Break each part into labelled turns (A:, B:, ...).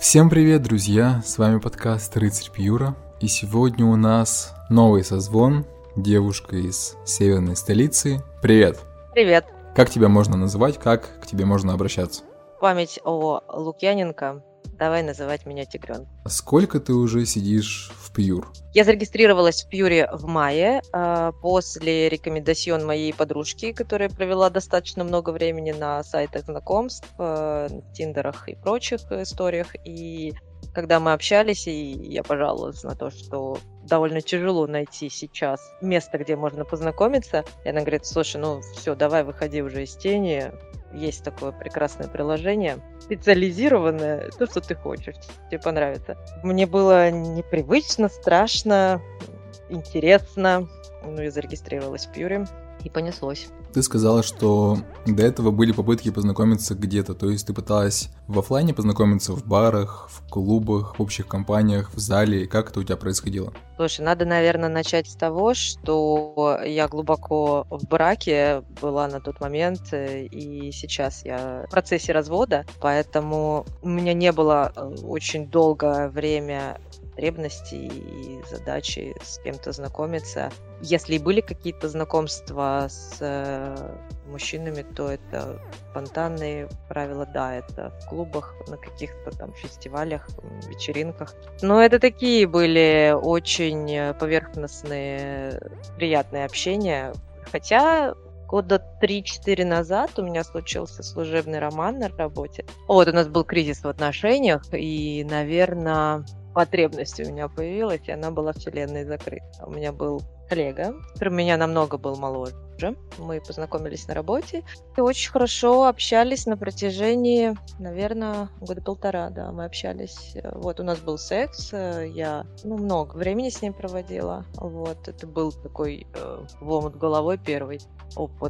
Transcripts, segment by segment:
A: Всем привет, друзья! С вами подкаст «Рыцарь Пьюра». И сегодня у нас новый созвон, девушка из северной столицы. Привет!
B: Привет!
A: Как тебя можно называть, как к тебе можно обращаться?
B: Память о Лукьяненко. Давай называть меня Тигрён.
A: Сколько ты уже сидишь в Пьюр?
B: Я зарегистрировалась в Пьюре в мае после рекомендацион моей подружки, которая провела достаточно много времени на сайтах знакомств, тиндерах и прочих историях. И когда мы общались, и я пожаловалась на то, что довольно тяжело найти сейчас место, где можно познакомиться, и она говорит: слушай, все, давай выходи уже из тени. Есть такое прекрасное приложение, специализированное, то, что ты хочешь, тебе понравится. Мне было непривычно, страшно, интересно. Я зарегистрировалась в Пьюре, и понеслось.
A: Ты сказала, что до этого были попытки познакомиться где-то, то есть ты пыталась в офлайне познакомиться в барах, в клубах, в общих компаниях, в зале. Как это у тебя происходило?
B: Слушай, надо, наверное, начать с того, что я глубоко в браке была на тот момент, и сейчас я в процессе развода, поэтому у меня не было очень долгое время потребности и задачи с кем-то знакомиться. Если и были какие-то знакомства с мужчинами, то это спонтанные правила, да, это в клубах, на каких-то там фестивалях, вечеринках. Но это такие были очень поверхностные, приятные общения. Хотя года 3-4 назад у меня случился служебный роман на работе. У нас был кризис в отношениях, и, наверное, потребность у меня появилась, и она была вселенной закрыта. У меня был коллега, который меня намного был моложе. Мы познакомились на работе и очень хорошо общались на протяжении, наверное, года полтора, да, мы общались. У нас был секс, я много времени с ним проводила. Это был такой в омут головой первый опыт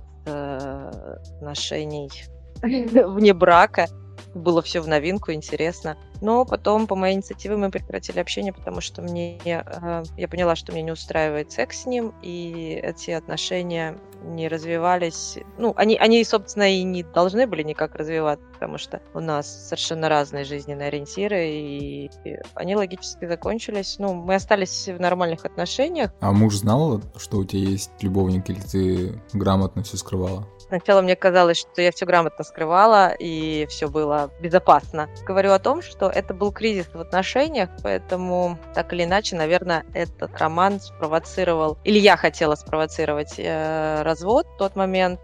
B: отношений вне брака. Было все в новинку, интересно. Но потом, по моей инициативе, мы прекратили общение, потому что я поняла, что мне не устраивает секс с ним, и эти отношения не развивались. Они, собственно, и не должны были никак развиваться, потому что у нас совершенно разные жизненные ориентиры, и они логически закончились. Мы остались в нормальных отношениях.
A: А муж знал, что у тебя есть любовник, или ты грамотно все скрывала?
B: Сначала мне казалось, что я все грамотно скрывала, и все было безопасно. Говорю о том, что это был кризис в отношениях, поэтому так или иначе, наверное, этот роман спровоцировал, или я хотела спровоцировать развод в тот момент.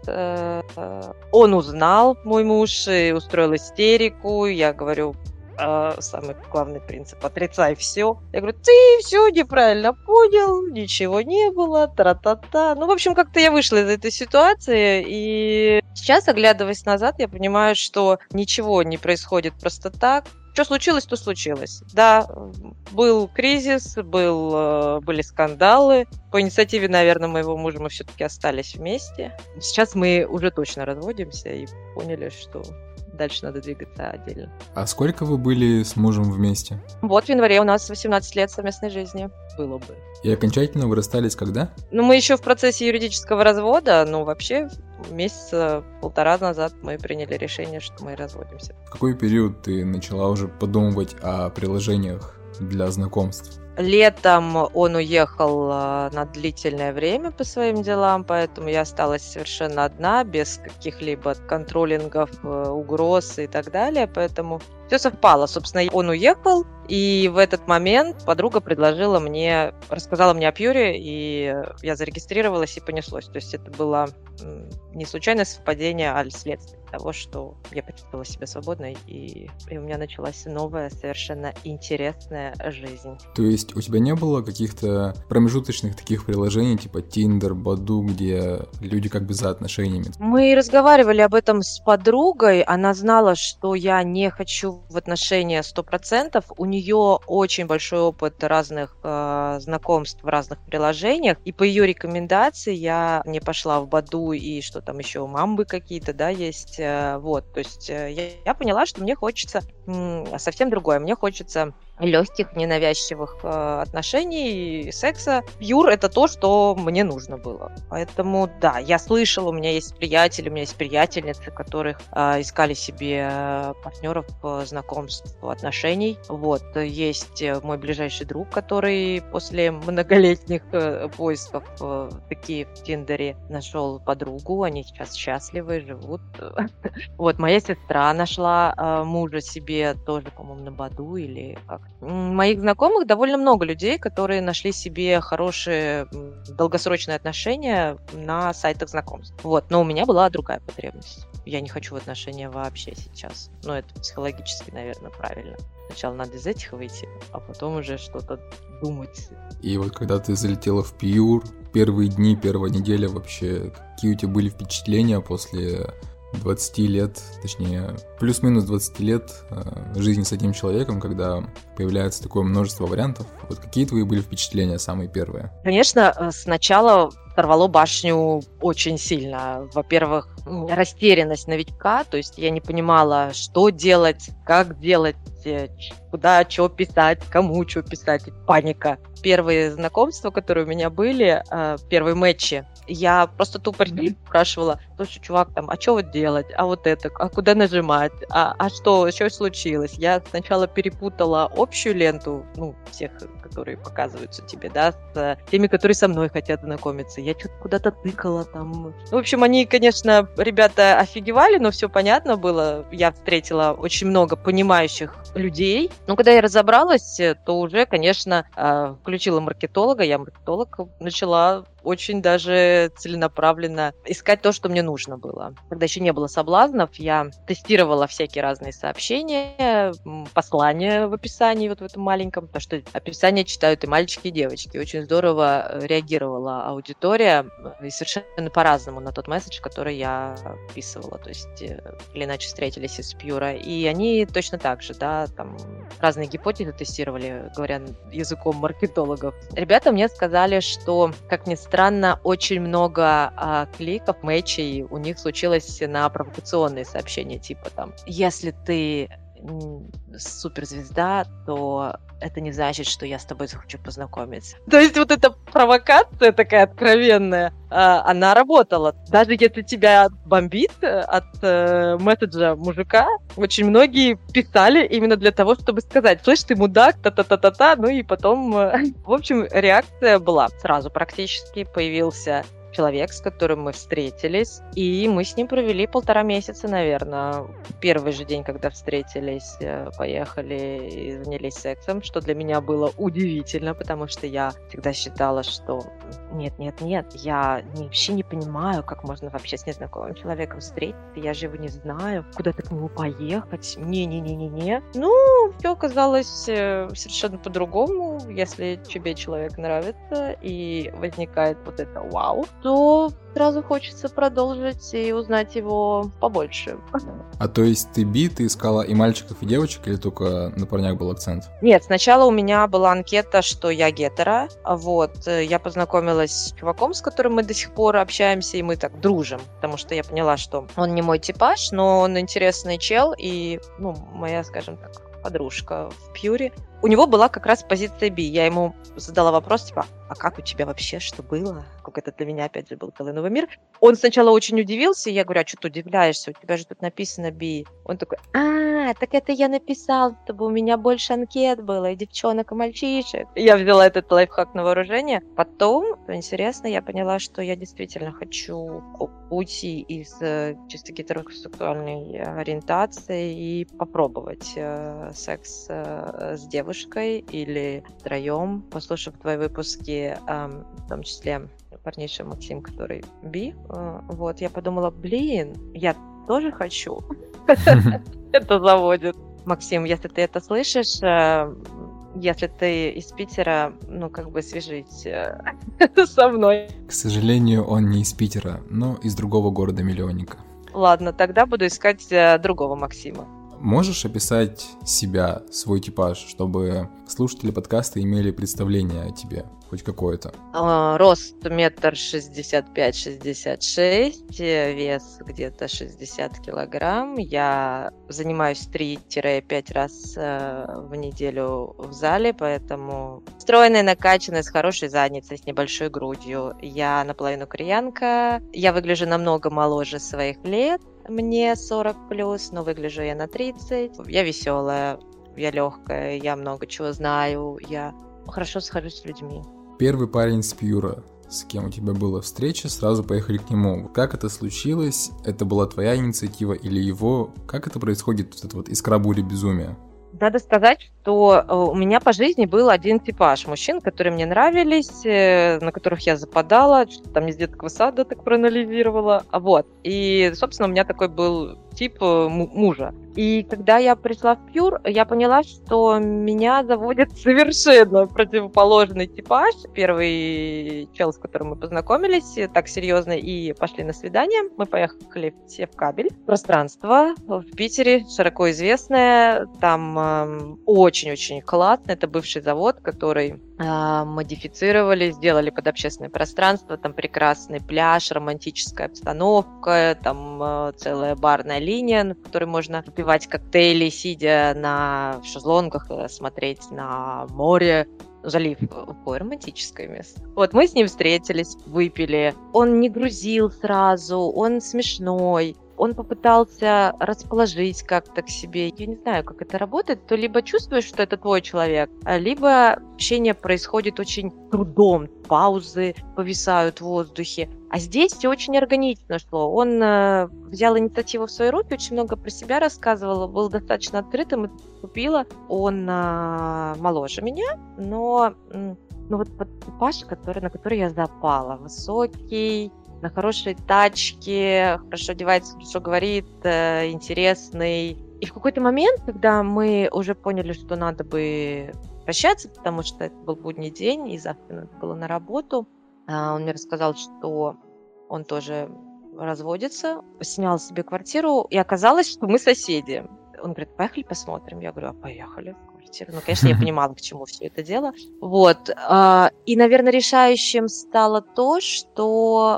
B: Он узнал, мой муж, и устроил истерику. Я говорю: самый главный принцип — отрицай все. Я говорю: ты все неправильно понял, ничего не было, тра-та-та. В общем, как-то я вышла из этой ситуации, и сейчас, оглядываясь назад, я понимаю, что ничего не происходит просто так. Что случилось, то случилось. Да, был кризис, были скандалы. По инициативе, наверное, моего мужа мы все-таки остались вместе. Сейчас мы уже точно разводимся и поняли, что дальше надо двигаться отдельно.
A: А сколько вы были с мужем вместе?
B: В январе у нас 18 лет совместной жизни было бы.
A: И окончательно вы расстались когда?
B: Мы еще в процессе юридического развода, вообще месяца полтора назад мы приняли решение, что мы разводимся.
A: В какой период ты начала уже подумывать о приложениях для знакомств?
B: Летом он уехал на длительное время по своим делам, поэтому я осталась совершенно одна, без каких-либо контролингов, угроз и так далее, поэтому все совпало. Собственно, он уехал, и в этот момент подруга рассказала мне о Пьюре, и я зарегистрировалась, и понеслось. То есть это было не случайное совпадение, а следствие того, что я почувствовала себя свободной, и у меня началась новая, совершенно интересная жизнь.
A: То есть у тебя не было каких-то промежуточных таких приложений, типа Tinder, Badoo, где люди как бы за отношениями?
B: Мы разговаривали об этом с подругой, она знала, что я не хочу в отношения 100%, у нее очень большой опыт разных знакомств в разных приложениях, и по ее рекомендации я не пошла в Badoo, и что там еще, мамбы какие-то, да, есть. То есть я поняла, что мне хочется совсем другое. Мне хочется легких, ненавязчивых отношений, секса. Пьюр — это то, что мне нужно было. Поэтому, да, я слышала, у меня есть приятели, у меня есть приятельницы, которых искали себе партнеров, знакомств, отношений. Вот. Есть мой ближайший друг, который после многолетних поисков таки в Тиндере нашел подругу. Они сейчас счастливы, живут. Вот, моя сестра нашла мужа себе тоже, по-моему, на Баду или как. Моих знакомых довольно много людей, которые нашли себе хорошие долгосрочные отношения на сайтах знакомств. Вот, но у меня была другая потребность. Я не хочу в отношения вообще сейчас. Но это психологически, наверное, правильно. Сначала надо из этих выйти, а потом уже что-то думать.
A: И вот когда ты залетела в Пьюр, первые дни, первая неделя вообще, какие у тебя были впечатления после 20 лет, точнее, плюс-минус 20 лет жизни с одним человеком, когда появляется такое множество вариантов? Вот какие твои были впечатления самые первые?
B: Конечно, сначала сорвало башню очень сильно. Во-первых, растерянность новичка, то есть я не понимала, что делать, как делать, куда, что писать, кому что писать, паника. Первые знакомства, которые у меня были, первые матчи, я просто тупо спрашивала: слушай, чувак, там, а что вот делать, а вот это, а куда нажимать, а что случилось? Я сначала перепутала общую ленту, всех, которые показываются тебе, да, с теми, которые со мной хотят знакомиться. Я что-то куда-то тыкала там. В общем, они, конечно, ребята офигевали, но все понятно было. Я встретила очень много понимающих людей. Но когда я разобралась, то уже, конечно, включила маркетолога. Я маркетолог, начала очень даже целенаправленно искать то, что мне нужно было. Когда еще не было соблазнов, я тестировала всякие разные сообщения, послания в описании вот в этом маленьком, потому что описание читают и мальчики, и девочки. Очень здорово реагировала аудитория, и совершенно по-разному на тот месседж, который я вписывала. То есть или иначе встретились из Пьюра. И они точно так же, да, там разные гипотезы тестировали, говоря языком маркетологов. Ребята мне сказали, что, как ни странно, очень много кликов, матчей у них случилось на провокационные сообщения, типа там: если ты суперзвезда, то это не значит, что я с тобой захочу познакомиться. То есть вот эта провокация такая откровенная, она работала. Даже если тебя бомбит от месседжа мужика, очень многие писали именно для того, чтобы сказать: слышь, ты мудак, та-та-та-та-та, ну и потом... В общем, реакция была сразу практически. Появился человек, с которым мы встретились, и мы с ним провели 1,5 месяца, наверное. Первый же день, когда встретились, поехали и занялись сексом, что для меня было удивительно, потому что я всегда считала, что нет, я вообще не понимаю, как можно вообще с незнакомым человеком встретиться, я же его не знаю, куда-то к нему поехать, не. Ну, все оказалось совершенно по-другому. Если тебе человек нравится и возникает вот это вау, то сразу хочется продолжить и узнать его побольше.
A: А то есть ты искала и мальчиков, и девочек, или только на парнях был акцент?
B: Нет, сначала у меня была анкета, что я гетеро. Вот, я познакомилась с чуваком, с которым мы до сих пор общаемся, и мы так дружим, потому что я поняла, что он не мой типаж, но он интересный чел, и, моя, скажем так, подружка в Пьюре. У него была как раз позиция би. Я ему задала вопрос, типа: а как у тебя вообще, что было? Как это для меня, опять же, был целый новый мир. Он сначала очень удивился, и я говорю: а что ты удивляешься? У тебя же тут написано би. Он такой: так это я написал, чтобы у меня больше анкет было, и девчонок, и мальчишек. Я взяла этот лайфхак на вооружение. Потом, интересно, я поняла, что я действительно хочу уйти из чисто гетеросексуальной ориентации и попробовать секс с девушкой или втроем. Послушав твои выпуски, в том числе парниша Максим, который би, вот, я подумала: я тоже хочу. Это заводит. Максим, если ты это слышишь, если ты из Питера, свяжись со мной.
A: К сожалению, он не из Питера, но из другого города-миллионника.
B: Ладно, тогда буду искать другого Максима.
A: Можешь описать себя, свой типаж, чтобы слушатели подкаста имели представление о тебе? хоть какое-то?
B: Рост 1,65-66 м, вес где-то 60 килограмм. Я занимаюсь 3-5 раз в неделю в зале, поэтому стройная, накачанная, с хорошей задницей, с небольшой грудью. Я наполовину кореянка. Я выгляжу намного моложе своих лет. Мне 40 плюс, но выгляжу я на 30. Я веселая, я легкая, я много чего знаю, я хорошо схожусь с людьми.
A: Первый парень с Пьюра, с кем у тебя была встреча, сразу поехали к нему. Как это случилось? Это была твоя инициатива или его? Как это происходит, вот эта вот искра бури безумия?
B: Надо сказать, что у меня по жизни был один типаж мужчин, которые мне нравились, на которых я западала, что-то там из детского сада так проанализировала. Вот. И, собственно, у меня такой был тип мужа. И когда я пришла в Пьюр, я поняла, что меня заводит совершенно противоположный типаж. Первый чел, с которым мы познакомились так серьезно и пошли на свидание, мы поехали все в Кабель. Пространство в Питере широко известное, там очень-очень классно. Это бывший завод, который модифицировали, сделали под общественное пространство. Там прекрасный пляж, романтическая обстановка, там целая барная линия, на которой можно выпивать коктейли, сидя на шезлонгах, смотреть на море. Залив, ой, романтическое место. Вот, мы с ним встретились, выпили. Он не грузил сразу, он смешной. Он попытался расположить как-то к себе. Я не знаю, как это работает. То либо чувствуешь, что это твой человек, либо общение происходит очень трудом. Паузы повисают в воздухе. А здесь все очень органично шло. Он взял инициативу в свои руки, очень много про себя рассказывал, был достаточно открытым и поступила. Он моложе меня, но вот типаж, на который я запала. Высокий, на хорошей тачке, хорошо одевается, хорошо говорит, интересный. И в какой-то момент, когда мы уже поняли, что надо бы прощаться, потому что это был будний день, и завтра надо было на работу, он мне рассказал, что он тоже разводится, снял себе квартиру, и оказалось, что мы соседи. Он говорит, поехали посмотрим. Я говорю, поехали в квартиру. Ну, конечно, я понимала, к чему все это дело. Вот. И, наверное, решающим стало то, что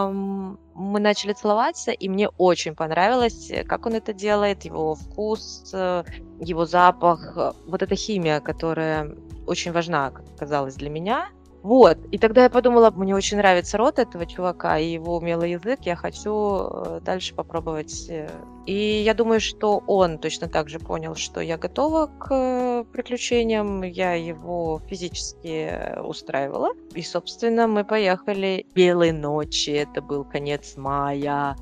B: мы начали целоваться, и мне очень понравилось, как он это делает, его вкус, его запах, вот эта химия, которая очень важна, как казалось, для меня. Вот, и тогда я подумала, мне очень нравится рот этого чувака и его умелый язык, я хочу дальше попробовать. И я думаю, что он точно так же понял, что я готова к приключениям, я его физически устраивала. И, собственно, мы поехали белой ночи, это был конец мая.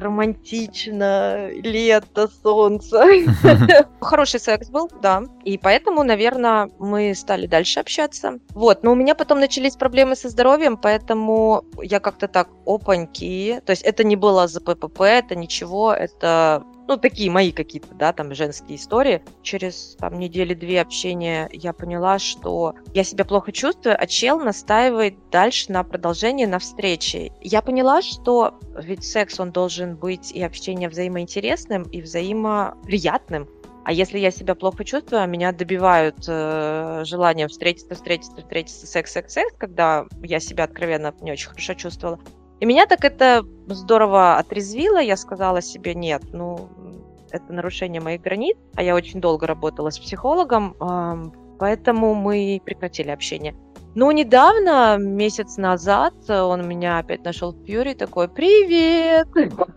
B: Романтично, лето, солнце. Хороший секс был, да. И поэтому, наверное, мы стали дальше общаться. Вот, но у меня потом начались проблемы со здоровьем, поэтому я как-то так, опаньки. То есть это не было за ППП, это ничего, это... Ну, такие мои какие-то, да, там, женские истории. Через, там, недели-две общения я поняла, что я себя плохо чувствую, а чел настаивает дальше на продолжении, на встрече. Я поняла, что ведь секс, он должен быть и общение взаимоинтересным, и взаимоприятным. А если я себя плохо чувствую, а меня добивают желанием встретиться, секс, когда я себя откровенно не очень хорошо чувствовала, и меня так это здорово отрезвило, я сказала себе, нет, ну, это нарушение моих границ, а я очень долго работала с психологом, поэтому мы прекратили общение. Но недавно, месяц назад, он меня опять нашел в Пьюре, такой, привет!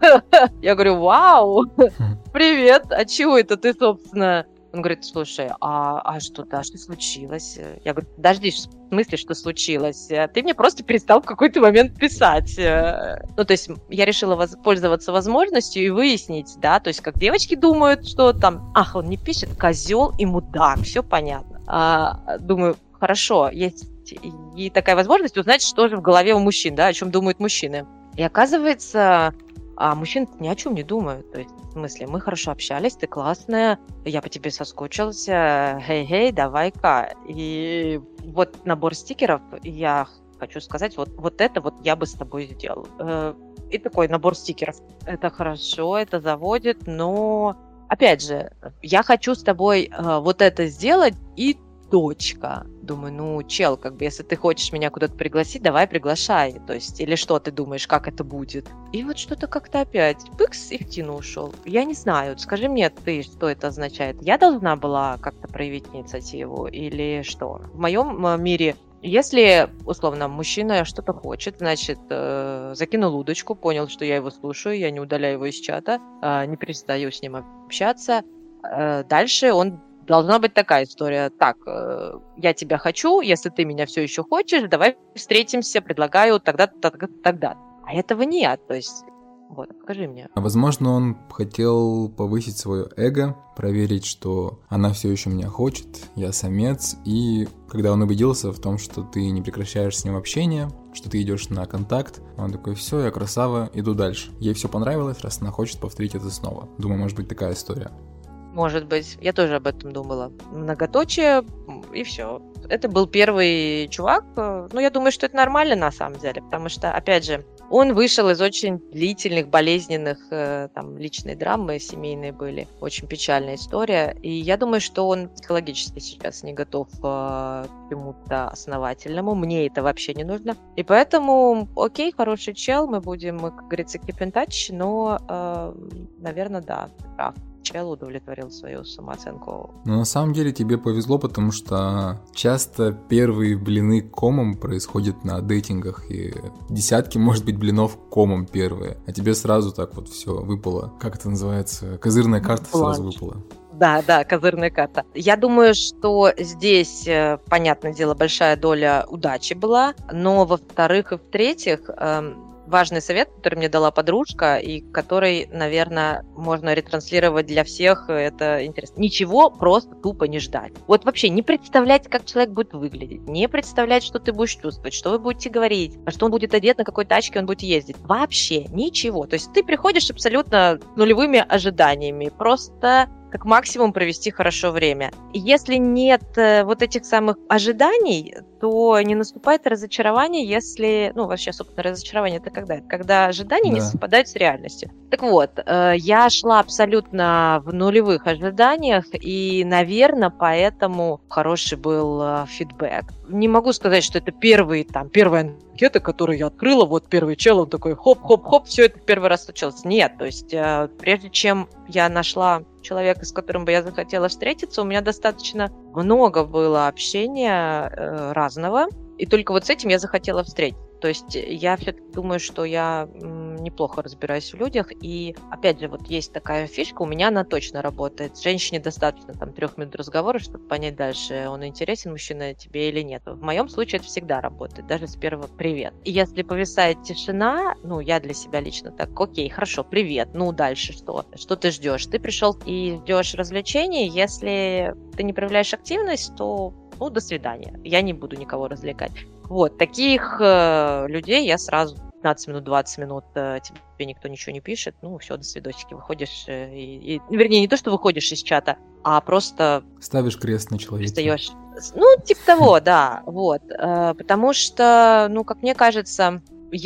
B: Я говорю, вау, привет, а чего это ты, собственно? Он говорит, слушай, а что случилось? Я говорю, подожди, в смысле, что случилось? Ты мне просто перестал в какой-то момент писать. Ну, то есть я решила воспользоваться возможностью и выяснить, да, то есть как девочки думают, что там, он не пишет, козел и мудак, все понятно. Думаю, хорошо, есть и такая возможность узнать, что же в голове у мужчин, да, о чем думают мужчины. И оказывается, мужчины ни о чем не думают. То есть, в смысле, мы хорошо общались, ты классная, я по тебе соскучился, хей, давай-ка. И вот набор стикеров, я хочу сказать, вот это вот я бы с тобой сделал. И такой набор стикеров. Это хорошо, это заводит, но, опять же, я хочу с тобой вот это сделать и точка. Думаю, ну, чел, как бы, если ты хочешь меня куда-то пригласить, давай приглашай. То есть, или что ты думаешь, как это будет? И вот что-то как-то опять, пыкс, и в тину ушел. Я не знаю, скажи мне ты, что это означает. Я должна была как-то проявить инициативу или что? В моем мире, если, условно, мужчина что-то хочет, значит, закинул удочку, понял, что я его слушаю, я не удаляю его из чата, не перестаю с ним общаться. Дальше должна быть такая история. Так, я тебя хочу, если ты меня все еще хочешь, давай встретимся, предлагаю тогда. А этого нет, то есть, вот, скажи мне.
A: Возможно, он хотел повысить свое эго, проверить, что она все еще меня хочет, я самец, и когда он убедился в том, что ты не прекращаешь с ним общение, что ты идешь на контакт, он такой, все, я красава, иду дальше. Ей все понравилось, раз она хочет повторить это снова. Думаю, может быть такая история.
B: Может быть, я тоже об этом думала. Многоточие, и все. Это был первый чувак. Ну, я думаю, что это нормально на самом деле, потому что, опять же, он вышел из очень длительных, болезненных, там, личные драмы семейные были. Очень печальная история. И я думаю, что он психологически сейчас не готов к чему-то основательному. Мне это вообще не нужно. И поэтому, окей, хороший чел, мы будем, как говорится, keep in touch, но, наверное, да, ты прав. Чел удовлетворил свою самооценку.
A: Но на самом деле тебе повезло, потому что часто первые блины комом происходят на дейтингах, и десятки, может быть, блинов комом первые, а тебе сразу так вот все выпало. Как это называется? Козырная карта сразу выпала.
B: Да, козырная карта. Я думаю, что здесь, понятное дело, большая доля удачи была, но во-вторых и в-третьих, важный совет, который мне дала подружка, и который, наверное, можно ретранслировать для всех, это интересно. Ничего просто тупо не ждать. Вот вообще не представлять, как человек будет выглядеть, не представлять, что ты будешь чувствовать, что вы будете говорить, что он будет одет, на какой тачке он будет ездить. Вообще ничего. То есть ты приходишь абсолютно с нулевыми ожиданиями, просто как максимум провести хорошо время. И если нет вот этих самых ожиданий, то не наступает разочарование, если... Ну, вообще, собственно, разочарование это когда? Когда ожидания не совпадают с реальностью. Так вот, я шла абсолютно в нулевых ожиданиях, и, наверное, поэтому хороший был фидбэк. Не могу сказать, что это первая анкета, которую я открыла, вот первый чел, он такой хоп-хоп-хоп, все это первый раз случилось. Нет, то есть прежде чем я нашла человека, с которым бы я захотела встретиться, у меня достаточно много было общения разного, и только вот с этим я захотела встретиться. То есть я все-таки думаю, что я неплохо разбираюсь в людях, и опять же, вот есть такая фишка, у меня она точно работает. Женщине достаточно 3 минут разговора, чтобы понять дальше, он интересен мужчина тебе или нет. В моем случае это всегда работает, даже с первого «привет». И если повисает тишина, я для себя лично так, окей, хорошо, привет, дальше что? Что ты ждешь? Ты пришел и ждешь развлечений, если ты не проявляешь активность, то до свидания, я не буду никого развлекать. Вот, таких людей я сразу 15 минут, 20 минут тебе никто ничего не пишет, все, до свидосики, выходишь, вернее, не то, что выходишь из чата, а просто...
A: Ставишь крест на человеке.
B: Встаешь. Типа того, да, вот, потому что, как мне кажется,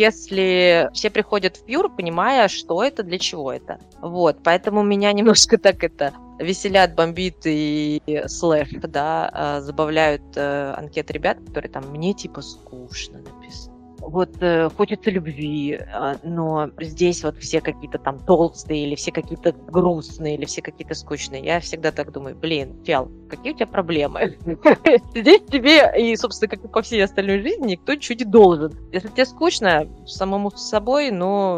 B: если все приходят в Pure, понимая, что это, для чего это, вот, поэтому меня немножко так веселят, бомбит и слэш, да, забавляют анкеты ребят, которые мне типа скучно написано. Вот хочется любви, но здесь вот все какие-то толстые, или все какие-то грустные, или все какие-то скучные. Я всегда так думаю, чел, какие у тебя проблемы? Здесь тебе, и, собственно, как и по всей остальной жизни, никто ничего не должен. Если тебе скучно самому с собой,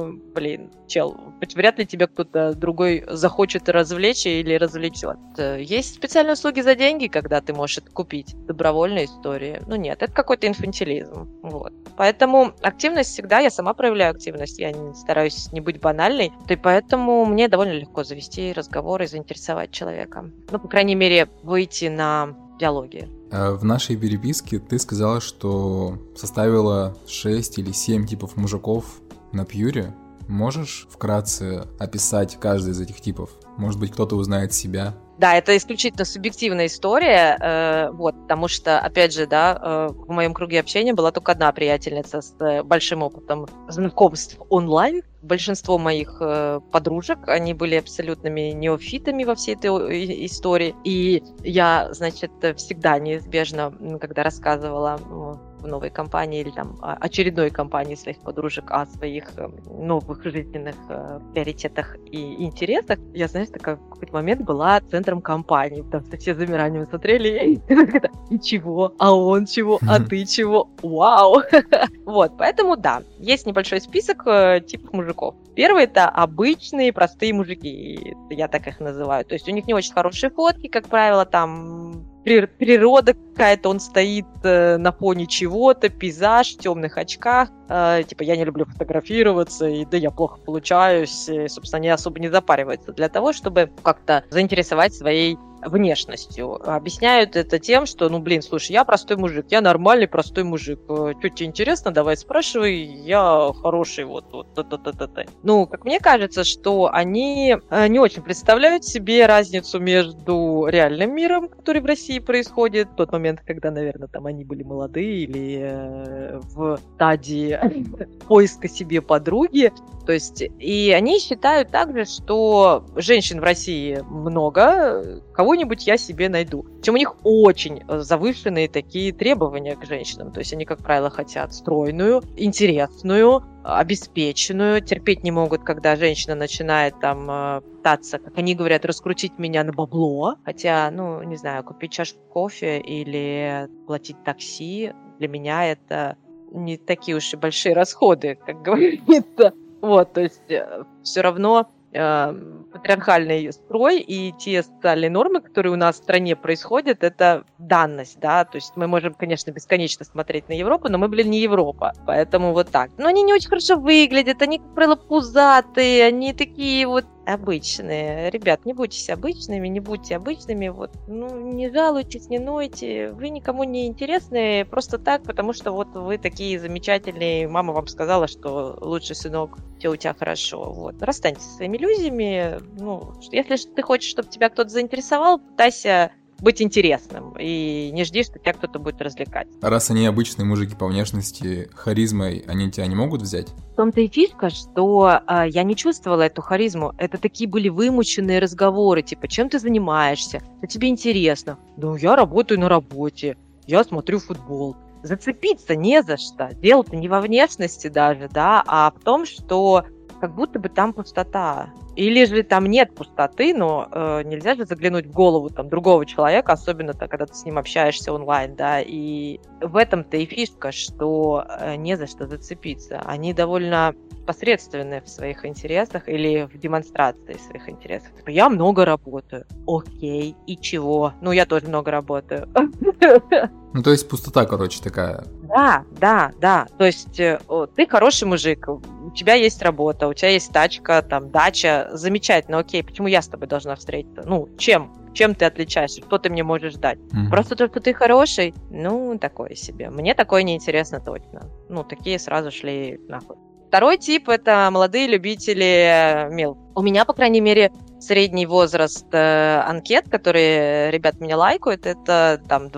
B: чел, вряд ли тебя кто-то другой захочет развлечь или развлечет. Есть специальные услуги за деньги, когда ты можешь это купить. Добровольная история. Нет, это какой-то инфантилизм. Вот. Поэтому активность всегда, я сама проявляю активность, я стараюсь не быть банальной, и поэтому мне довольно легко завести разговор и заинтересовать человека. По крайней мере, выйти на диалоги.
A: В нашей переписке ты сказала, что составила 6 или 7 типов мужиков на Пьюре. Можешь вкратце описать каждый из этих типов? Может быть, кто-то узнает себя?
B: Да, это исключительно субъективная история, вот, потому что, опять же, да, в моем круге общения была только одна приятельница с большим опытом знакомств онлайн. Большинство моих подружек, они были абсолютными неофитами во всей этой истории. И я, значит, всегда неизбежно, когда рассказывала в новой компании или там очередной компании своих подружек о своих новых жизненных приоритетах и интересах, я, знаешь, такая в какой-то момент была центром компании, потому что все с замиранием смотрели, и чего, а он чего, а ты чего, вау! Вот, поэтому да, есть небольшой список типов мужиков. Первый — это обычные простые мужики, я так их называю, то есть у них не очень хорошие фотки, как правило, там природа какая-то, он стоит на фоне чего-то, пейзаж в темных очках. Типа, я не люблю фотографироваться, и да, я плохо получаюсь, и, собственно, они особо не запариваются для того, чтобы как-то заинтересовать своей внешностью. Объясняют это тем, что, слушай, я простой мужик, я нормальный простой мужик. Что тебе интересно, давай спрашивай, я хороший, вот. Как мне кажется, что они не очень представляют себе разницу между реальным миром, который в России происходит, в тот момент, когда, наверное, там они были молодые или в стадии поиска себе подруги. То есть, и они считают также, что женщин в России много, кого-нибудь я себе найду. Причем у них очень завышенные такие требования к женщинам. То есть они, как правило, хотят стройную, интересную, обеспеченную. Терпеть не могут, когда женщина начинает там пытаться, как они говорят, раскрутить меня на бабло. Хотя, не знаю, купить чашку кофе или платить такси, для меня это не такие уж и большие расходы, как говорится. Вот, то есть все равно патриархальный строй и те социальные нормы, которые у нас в стране происходят, это данность, да, то есть мы можем, конечно, бесконечно смотреть на Европу, но мы, не Европа, поэтому вот так. Но они не очень хорошо выглядят, они, как правило, пузатые, они такие вот обычные. Ребят, не будьте обычными, вот, не жалуйтесь, не нойте, вы никому не интересны просто так, потому что вот вы такие замечательные, мама вам сказала, что лучший сынок, все у тебя хорошо, вот. Расстаньтесь со своими иллюзиями, если ты хочешь, чтобы тебя кто-то заинтересовал, пытайся быть интересным и не жди, что тебя кто-то будет развлекать.
A: А раз они обычные мужики по внешности, харизмой, они тебя не могут взять?
B: В том-то и фишка, что я не чувствовала эту харизму. Это такие были вымученные разговоры, типа, чем ты занимаешься, что тебе интересно. Я работаю на работе, я смотрю футбол. Зацепиться не за что. Дело-то не во внешности даже, да, а в том, что как будто бы там пустота. Или же там нет пустоты, но нельзя же заглянуть в голову там другого человека, особенно когда ты с ним общаешься онлайн, да, и в этом-то и фишка, что не за что зацепиться. Они довольно посредственны в своих интересах или в демонстрации своих интересов. Типа, я много работаю. Окей, и чего? Я тоже много работаю.
A: То есть пустота, такая.
B: Да. То есть ты хороший мужик, у тебя есть работа, у тебя есть тачка, там, дача, замечательно, окей, почему я с тобой должна встретиться? Чем ты отличаешься? Что ты мне можешь дать? Просто то, что ты хороший? Такое себе. Мне такое неинтересно точно. Такие сразу шли нахуй. Второй тип – это молодые любители милф. У меня, по крайней мере, средний возраст анкет, которые ребят меня лайкают, это там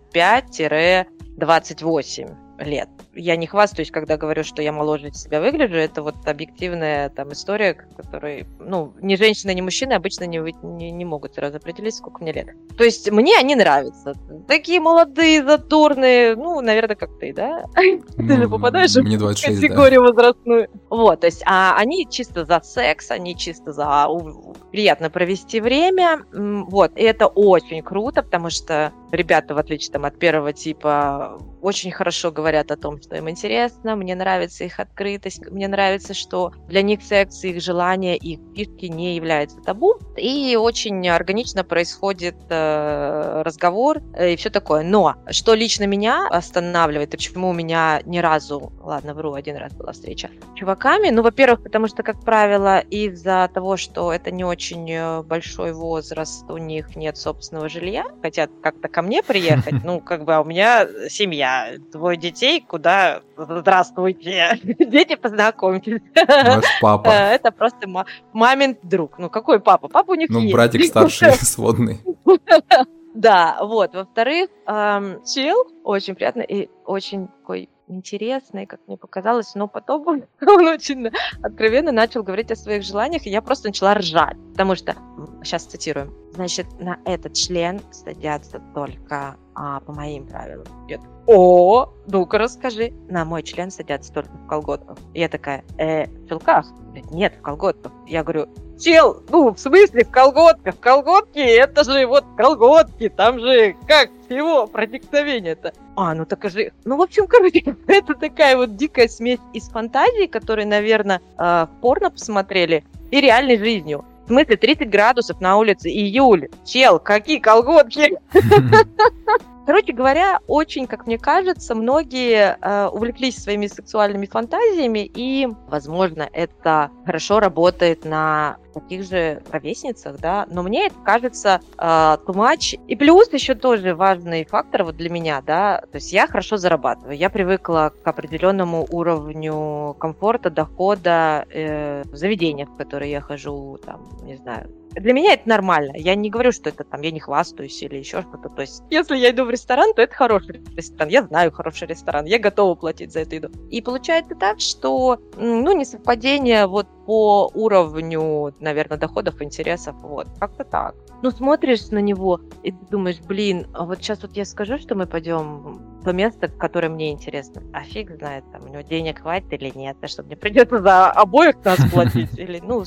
B: 25-28 лет. Я не хвастаюсь, когда говорю, что я моложе себя выгляжу. Это вот объективная там история, которой, ни женщина, ни мужчина обычно не могут сразу определить, сколько мне лет. То есть мне они нравятся. Такие молодые, задорные, наверное, как ты, да? Ты же попадаешь
A: мне 26,
B: в категорию возрастную. Вот, то есть, они чисто за секс, они чисто за приятно провести время. Вот, и это очень круто, потому что ребята, в отличие от первого типа, очень хорошо говорят о том, что им интересно, мне нравится их открытость, мне нравится, что для них секс, их желания, их фишки не являются табу, и очень органично происходит разговор и все такое. Но что лично меня останавливает, и почему у меня ни разу, один раз была встреча с чуваками, во-первых, потому что, как правило, из-за того, что это не очень большой возраст, у них нет собственного жилья, хотят как-то ко мне приехать, а у меня семья, двое детей, куда да, здравствуйте, дети, познакомьтесь.
A: Ваш папа.
B: Это просто мамин друг. Ну, какой папа? Папа у них
A: Ну,
B: есть.
A: братик старший, сводный.
B: Да, вот. Во-вторых, чел очень приятный и очень такой интересный, как мне показалось, но потом он очень откровенно начал говорить о своих желаниях, и я просто начала ржать, потому что, сейчас цитируем, значит, на этот член садятся только по моим правилам. Я такая, ну-ка расскажи. На мой член садятся только в колготках. И я такая, в чулках? Нет, в колготках. Я говорю, чел, ну, в смысле в колготках? Колготки, это же вот колготки, там же как всего проникновение-то. Ну так же, ну, в общем, короче, это такая вот дикая смесь из фантазии, которые, наверное, в порно посмотрели, и реальной жизнью. В смысле, 30 градусов на улице, июль. Чел, какие колготки? Короче говоря, очень, как мне кажется, многие увлеклись своими сексуальными фантазиями, и, возможно, это хорошо работает на таких же ровесницах, да, но мне это кажется too much. И плюс еще тоже важный фактор вот для меня, да, то есть я хорошо зарабатываю, я привыкла к определенному уровню комфорта, дохода в заведениях, в которые я хожу, там, не знаю. Для меня это нормально. Я не говорю, что это там я не хвастаюсь или еще что-то. То есть, если я иду в ресторан, то это хороший ресторан. Я знаю хороший ресторан, я готова платить за эту еду. И получается так, что, ну, несовпадение вот по уровню, наверное, доходов, интересов, вот, как-то так. Ну, смотришь на него и ты думаешь, блин, а вот сейчас вот я скажу, что мы пойдем в то место, которое мне интересно. А фиг знает, там, у него денег хватит или нет, а что мне придется за обоих нас платить, или, ну,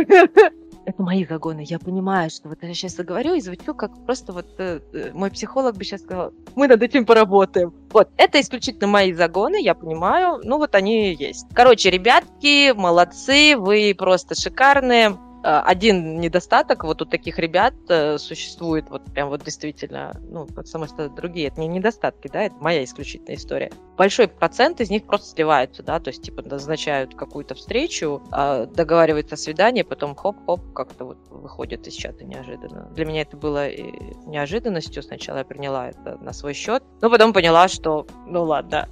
B: это мои загоны. Я понимаю, что вот я сейчас говорю и звучу как просто вот мой психолог бы сейчас сказал, мы над этим поработаем. Вот, это исключительно мои загоны, я понимаю, ну вот они есть. Короче, ребятки, молодцы, вы просто шикарные. Один недостаток вот у таких ребят существует, вот прям вот действительно, ну, потому что другие, это не недостатки, да, это моя исключительная история. Большой процент из них просто сливаются, да, то есть, типа, назначают какую-то встречу, договариваются о свидании, потом хоп-хоп, как-то вот выходит из чата неожиданно. Для меня это было неожиданностью, сначала я приняла это на свой счет, но потом поняла, что, ну ладно,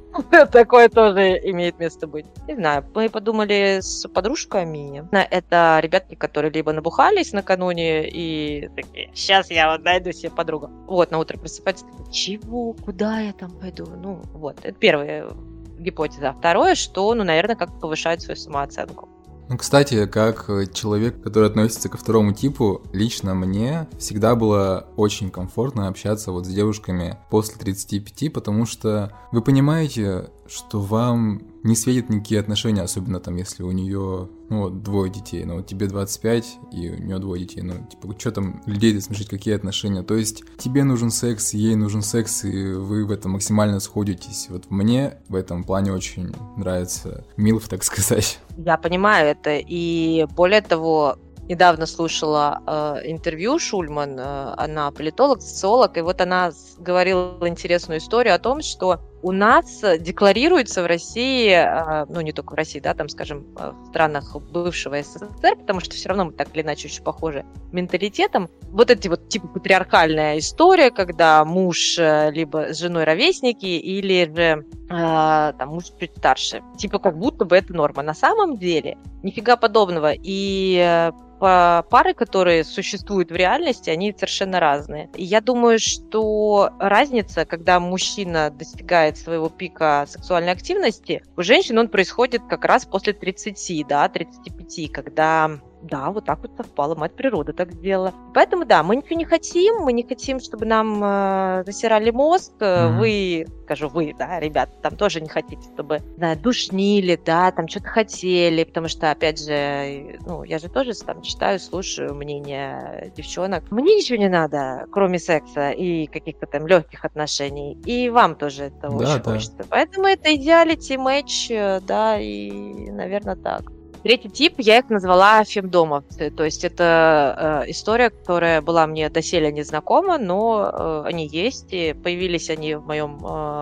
B: такое тоже имеет место быть. Не знаю, мы подумали с подружками, это ребята, которые либо набухались накануне и такие, сейчас я вот найду себе подругу. Вот, на утро просыпаются, чего, куда я там пойду? Ну, вот, это первая гипотеза. Второе, что, ну, наверное, как повышать свою самооценку.
A: Ну, кстати, как человек, который относится ко второму типу, лично мне всегда было очень комфортно общаться вот с девушками после 35, потому что вы понимаете, что вам не светят никакие отношения, особенно там, если у нее, ну, вот, 2 детей, ну, вот тебе 25, и у нее 2 детей, ну, типа, что там людей-то смешить, какие отношения? То есть тебе нужен секс, ей нужен секс, и вы в этом максимально сходитесь. Вот мне в этом плане очень нравится милф, так сказать.
B: Я понимаю это, и более того, недавно слушала интервью Шульман, она политолог, социолог, и вот она говорила интересную историю о том, что у нас декларируется в России, ну не только в России, да, там, скажем, в странах бывшего СССР, потому что все равно мы так или иначе очень похожи менталитетом, вот эти вот типа патриархальная история, когда муж либо с женой ровесники, или же там муж чуть старше, типа как будто бы это норма. На самом деле нифига подобного, и пары, которые существуют в реальности, они совершенно разные. И я думаю, что разница, когда мужчина достигает своего пика сексуальной активности, у женщин он происходит как раз после 30, да, 35, когда... Да, вот так вот совпало, мать природа так сделала. Поэтому, да, мы ничего не хотим, чтобы нам засирали мозг. Вы, скажу вы, да, ребята, там тоже не хотите, чтобы, да, душнили, да, там что-то хотели, потому что, опять же, ну, я же тоже там читаю, слушаю мнение девчонок. Мне ничего не надо, кроме секса и каких-то там легких отношений. И вам тоже это очень хочется. Поэтому это идеалити матч, да, и, наверное, так. Третий тип, я их назвала фемдомовцы, то есть это история, которая была мне доселе незнакома, но они есть, и появились они в моем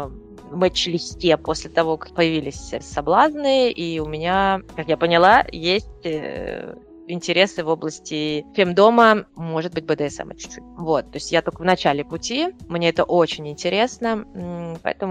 B: матч-листе после того, как появились соблазны, и у меня, как я поняла, есть интересы в области фемдома, может быть, БДСМ чуть-чуть. Вот, то есть я только в начале пути, мне это очень интересно, поэтому...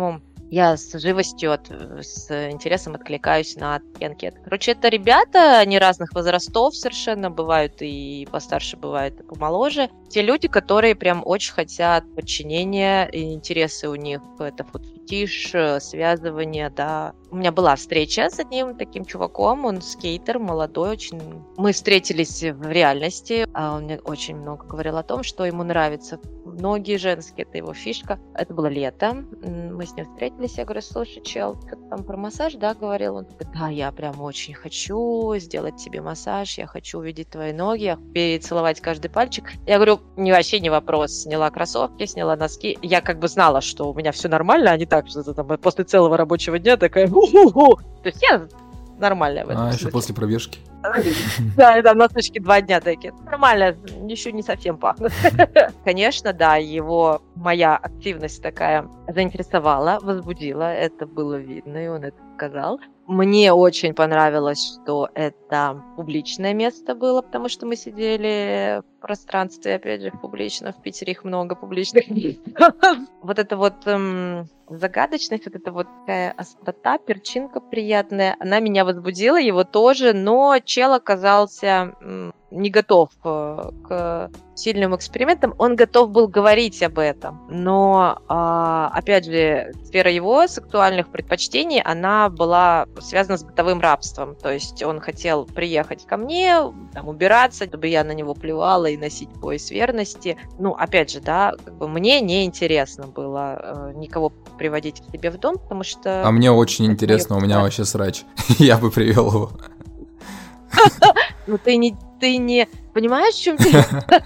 B: я с живостью, с интересом откликаюсь на анкеты. Короче, это ребята, они разных возрастов совершенно, бывают и постарше, бывают и помоложе. Те люди, которые прям очень хотят подчинения, и интересы у них это фотофетиш, связывание, да. У меня была встреча с одним таким чуваком, он скейтер, молодой очень. Мы встретились в реальности, а он мне очень много говорил о том, что ему нравятся ноги женские, это его фишка. Это было лето, мы с ним встретились, я говорю, слушай, чел, ты там про массаж, да, говорил? Он говорит, да, я прям очень хочу сделать тебе массаж, я хочу увидеть твои ноги, перецеловать каждый пальчик. Я говорю, вообще не вопрос, сняла кроссовки, сняла носки. Я как бы знала, что у меня все нормально, а не так, что там после целого рабочего дня такая, то есть я нормальная в этом смысле.
A: Еще после пробежки.
B: Да, это носочки 2 дня такие. Нормально, еще не совсем пахнут. Конечно, да, его моя активность такая заинтересовала, возбудила, это было видно, и он это сказал. Мне очень понравилось, что это публичное место было, потому что мы сидели в пространстве, опять же, публично. В Питере их много публичных мест. Вот это вот загадочность, вот эта вот такая острота, перчинка приятная, она меня возбудила, его тоже, но чел оказался не готов к сильным экспериментам, он готов был говорить об этом, но, опять же, сфера его сексуальных предпочтений, она была связана с бытовым рабством, то есть он хотел приехать ко мне, там, убираться, чтобы я на него плевала и носить пояс верности, ну, опять же, да, как бы мне неинтересно было никого приводить к себе в дом, потому что...
A: А мне очень интересно, у меня вообще срач, я бы привел его.
B: Ну, ты не понимаешь, в чем дело?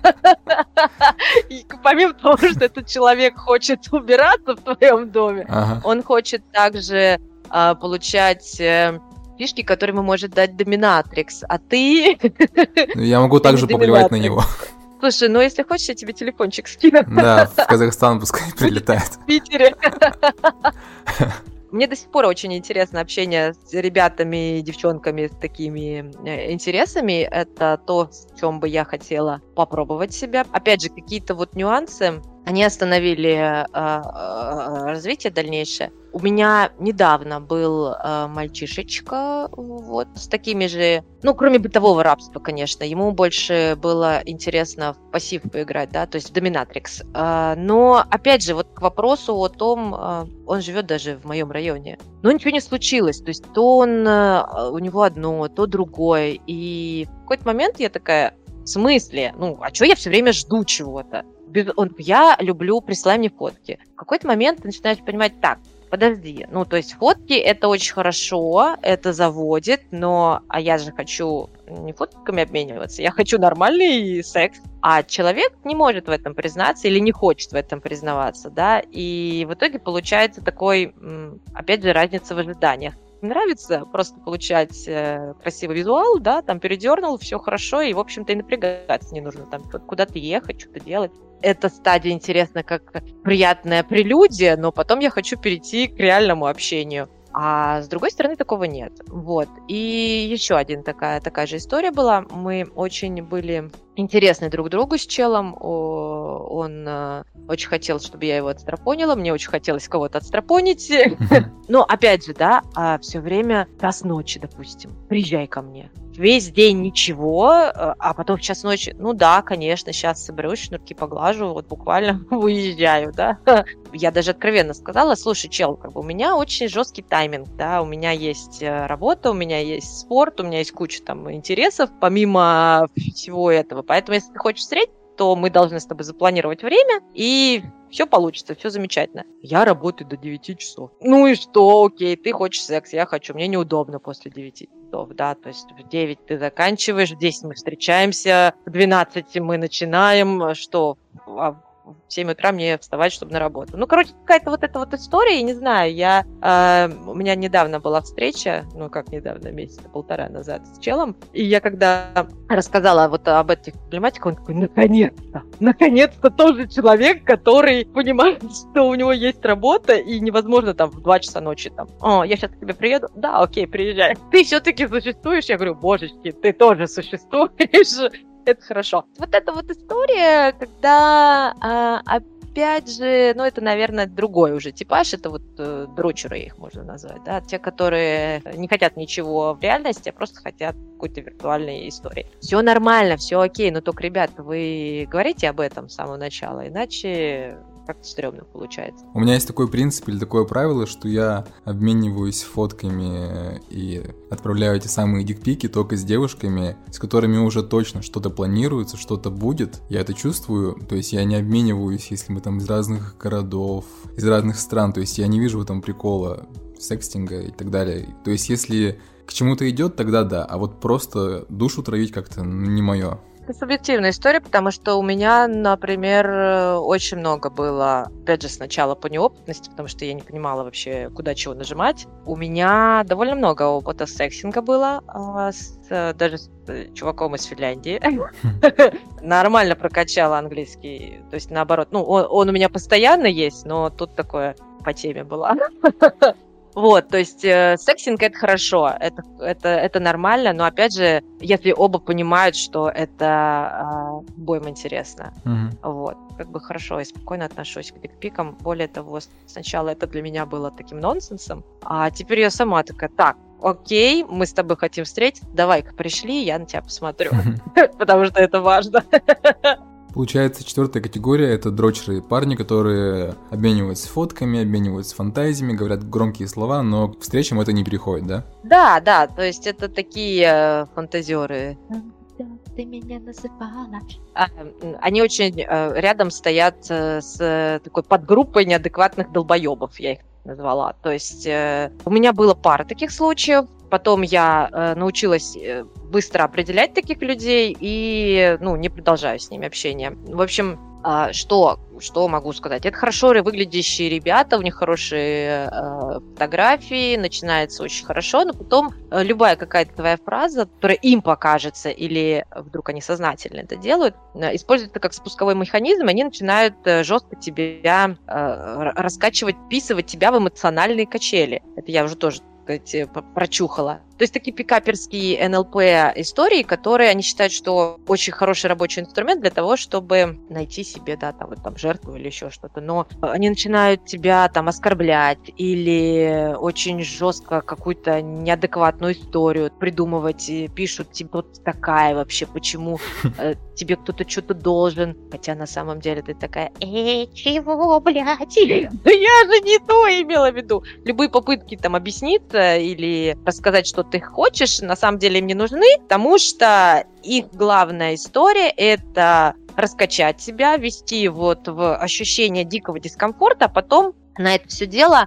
B: Помимо того, что этот человек хочет убираться в твоем доме, он хочет также получать фишки, которые ему может дать доминатрикс, а ты...
A: Я могу также поплевать на него.
B: Слушай, ну если хочешь, я тебе телефончик скину.
A: Да, в Казахстан пускай прилетает.
B: В Питере. Мне до сих пор очень интересно общение с ребятами и девчонками с такими интересами. Это то, в чем бы я хотела попробовать себя. Опять же, какие-то вот нюансы, они остановили развитие дальнейшее. У меня недавно был мальчишечка вот с такими же, ну, кроме бытового рабства, конечно, ему больше было интересно в пассив поиграть, да, то есть в доминатрикс. Но, опять же, вот к вопросу о том, он живет даже в моем районе, но ничего не случилось, то есть то у него одно, то другое, и в какой-то момент я такая, в смысле? Ну, а что я все время жду чего-то? Я люблю присылай мне фотки. В какой-то момент ты начинаешь понимать, так, подожди, ну, то есть фотки это очень хорошо, это заводит, но, а я же хочу не фотками обмениваться, я хочу нормальный секс, а человек не может в этом признаться или не хочет в этом признаваться, да, и в итоге получается такой, опять же, разница в ожиданиях. Нравится просто получать красивый визуал, да, там передернул, все хорошо, и, в общем-то, и напрягаться не нужно, там куда-то ехать, что-то делать. Эта стадия интересна как приятная прелюдия, но потом я хочу перейти к реальному общению. А с другой стороны, такого нет. Вот. И еще один такая же история была. Мы очень были интересны друг другу с челом. Он очень хотел, чтобы я его отстрапонила. Мне очень хотелось кого-то отстрапонить. Но, опять же, да, все время час ночи, допустим. Приезжай ко мне. Весь день ничего, а потом в час ночи, ну да, конечно, сейчас соберусь, шнурки поглажу, вот буквально выезжаю, да. Я даже откровенно сказала, слушай, чел, как бы у меня очень жесткий тайминг, да, у меня есть работа, у меня есть спорт, у меня есть куча там интересов, помимо всего этого. Поэтому, если ты хочешь встретить, то мы должны с тобой запланировать время, и все получится, все замечательно. Я работаю до 9 часов. Ну и что, окей, ты хочешь секс, я хочу, мне неудобно после 9 часов, да, то есть в 9 ты заканчиваешь, в 10 мы встречаемся, в 12 мы начинаем, что... в 7 утра мне вставать, чтобы на работу. Ну, короче, какая-то вот эта вот история, я не знаю, у меня недавно была встреча, ну, как недавно, месяца полтора назад с челом, и я когда рассказала вот об этих проблематиках, он такой, наконец-то тоже человек, который понимает, что у него есть работа, и невозможно там в 2 часа ночи там, я сейчас к тебе приеду, да, окей, приезжай. Ты все-таки существуешь? Я говорю, божечки, ты тоже существуешь. Это хорошо. Вот эта вот история, когда опять же, ну, это, наверное, другой уже типаж, это вот дрочеры их можно назвать, да, те, которые не хотят ничего в реальности, а просто хотят какой-то виртуальной истории. Все нормально, все окей, но только, ребят, вы говорите об этом с самого начала, иначе как-то стрёмно получается.
A: У меня есть такой принцип или такое правило, что я обмениваюсь фотками и отправляю эти самые дикпики только с девушками, с которыми уже точно что-то планируется, что-то будет. Я это чувствую, то есть я не обмениваюсь, если мы там из разных городов, из разных стран, то есть я не вижу в этом прикола секстинга и так далее. То есть если к чему-то идет, тогда да, а вот просто душу травить как-то не мое.
B: Это субъективная история, потому что у меня, например, очень много было, опять же, сначала по неопытности, потому что я не понимала вообще, куда чего нажимать. У меня довольно много опыта сексинга было, даже с чуваком из Финляндии. Нормально прокачала английский, то есть наоборот. Ну, он у меня постоянно есть, но тут такое по теме было. Вот, то есть сексинг это хорошо, это нормально, но опять же, если оба понимают, что это обоим интересно, вот, как бы хорошо и спокойно отношусь к дикпикам. Более того, сначала это для меня было таким нонсенсом, а теперь я сама такая, так, окей, мы с тобой хотим встретиться, давай-ка пришли, я на тебя посмотрю, потому что это важно.
A: Получается, 4-я категория — это дрочеры, парни, которые обмениваются фотками, обмениваются фантазиями, говорят громкие слова, но к встречам это не переходит, да?
B: Да, то есть это такие фантазеры. Ты меня называла. Они очень рядом стоят с такой подгруппой неадекватных долбоебов, я их назвала. То есть у меня было пара таких случаев. Потом я научилась быстро определять таких людей и, не продолжаю с ними общение. В общем, что могу сказать? Это хорошо выглядящие ребята, у них хорошие фотографии, начинается очень хорошо, но потом любая какая-то твоя фраза, которая им покажется, или вдруг они сознательно это делают, используют это как спусковой механизм, и они начинают жестко тебя раскачивать, вписывать тебя в эмоциональные качели. Это я уже тоже прочухала. То есть такие пикаперские НЛП истории, которые они считают, что очень хороший рабочий инструмент для того, чтобы найти себе, там жертву или еще что-то. Но они начинают тебя там оскорблять или очень жестко какую-то неадекватную историю придумывать, и пишут, типа, вот такая вообще, почему тебе кто-то что-то должен, хотя на самом деле ты такая, чего, блядь? Я же не то имела в виду. Любые попытки там объясниться или рассказать, что ты хочешь, на самом деле им не нужны, потому что их главная история — это раскачать себя, ввести вот в ощущение дикого дискомфорта, а потом на это все дело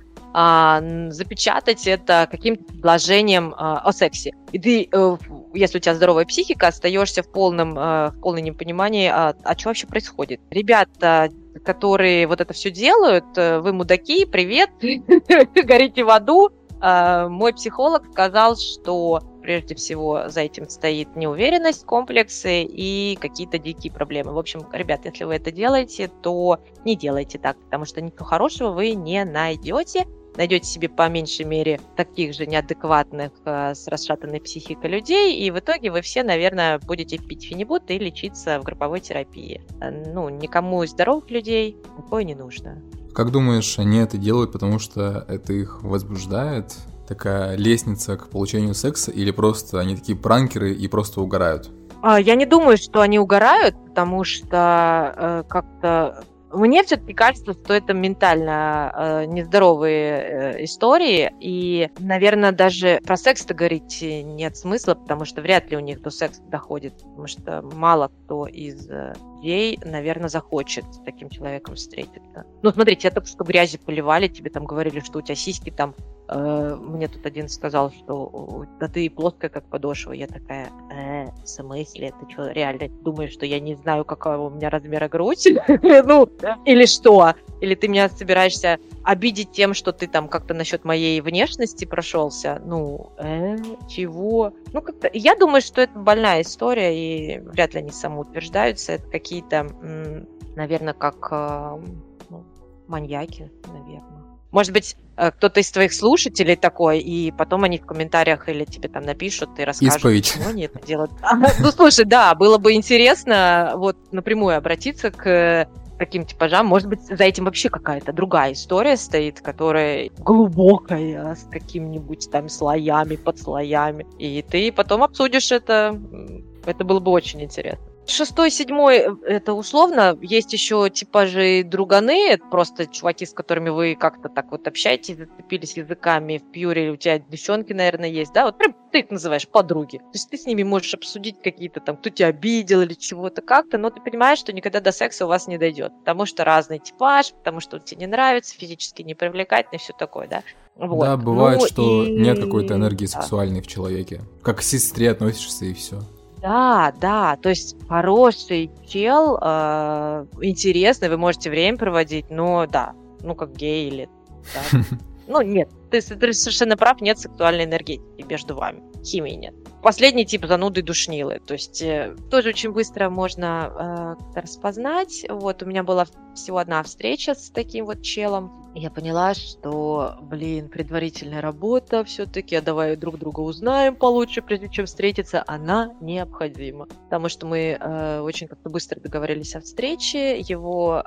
B: запечатать это каким-то предложением о сексе. И ты, если у тебя здоровая психика, остаешься в полном непонимании, что вообще происходит. Ребята, которые вот это все делают, вы мудаки, привет, горите в аду. Мой психолог сказал, что прежде всего за этим стоит неуверенность, комплексы и какие-то дикие проблемы. В общем, ребят, если вы это делаете, то не делайте так, потому что ничего хорошего вы не найдете. Найдете себе по меньшей мере таких же неадекватных, с расшатанной психикой людей, и в итоге вы все, наверное, будете пить фенибут и лечиться в групповой терапии. Никому из здоровых людей такое не нужно.
A: Как думаешь, они это делают, потому что это их возбуждает? Такая лестница к получению секса, или просто они такие пранкеры и просто угорают?
B: Я не думаю, что они угорают, потому что как-то... Мне все-таки кажется, что это ментально нездоровые истории, и, наверное, даже про секс-то говорить нет смысла, потому что вряд ли у них до секса доходит, потому что мало кто из людей, наверное, захочет с таким человеком встретиться. Смотрите, тебя только что грязью поливали, тебе там говорили, что у тебя сиськи там, мне тут один сказал, что да ты плоская, как подошва. Я такая, в смысле? Ты что, реально думаешь, что я не знаю, какого у меня размера грудь? Или что? Или ты меня собираешься обидеть тем, что ты там как-то насчет моей внешности прошелся? Чего? Как-то... Я думаю, что это больная история, и вряд ли они самоутверждаются. Это какие-то, наверное, как маньяки, наверное. Может быть, кто-то из твоих слушателей такой, и потом они в комментариях или тебе там напишут и расскажут, почему они это делают. Слушай, да, было бы интересно вот напрямую обратиться к таким типажам. Может быть, за этим вообще какая-то другая история стоит, которая глубокая, с какими-нибудь там слоями, подслоями. И ты потом обсудишь это. Это было бы очень интересно. 6-й, 7-й – это условно. Есть еще типажи друганы, это просто чуваки, с которыми вы как-то так вот общаетесь, зацепились языками в Пьюре, у тебя девчонки, наверное, есть, да? Вот прям ты их называешь подруги. То есть ты с ними можешь обсудить какие-то там, кто тебя обидел или чего-то как-то, но ты понимаешь, что никогда до секса у вас не дойдет, потому что разный типаж, потому что он тебе не нравится, физически непривлекательный, все такое, да? Вот.
A: Да, бывает, что нет какой-то энергии сексуальной в человеке. Как к сестре относишься и все.
B: Да, то есть хороший чел, интересный, вы можете время проводить, но да, ну как гей или... Да. Ну нет, ты совершенно прав, нет сексуальной энергетики между вами, химии нет. Последний тип зануды душнилы, то есть тоже очень быстро можно распознать. Вот у меня была всего одна встреча с таким вот челом. Я поняла, что, предварительная работа все-таки, давай друг друга узнаем получше, прежде чем встретиться, она необходима. Потому что мы очень как-то быстро договорились о встрече, его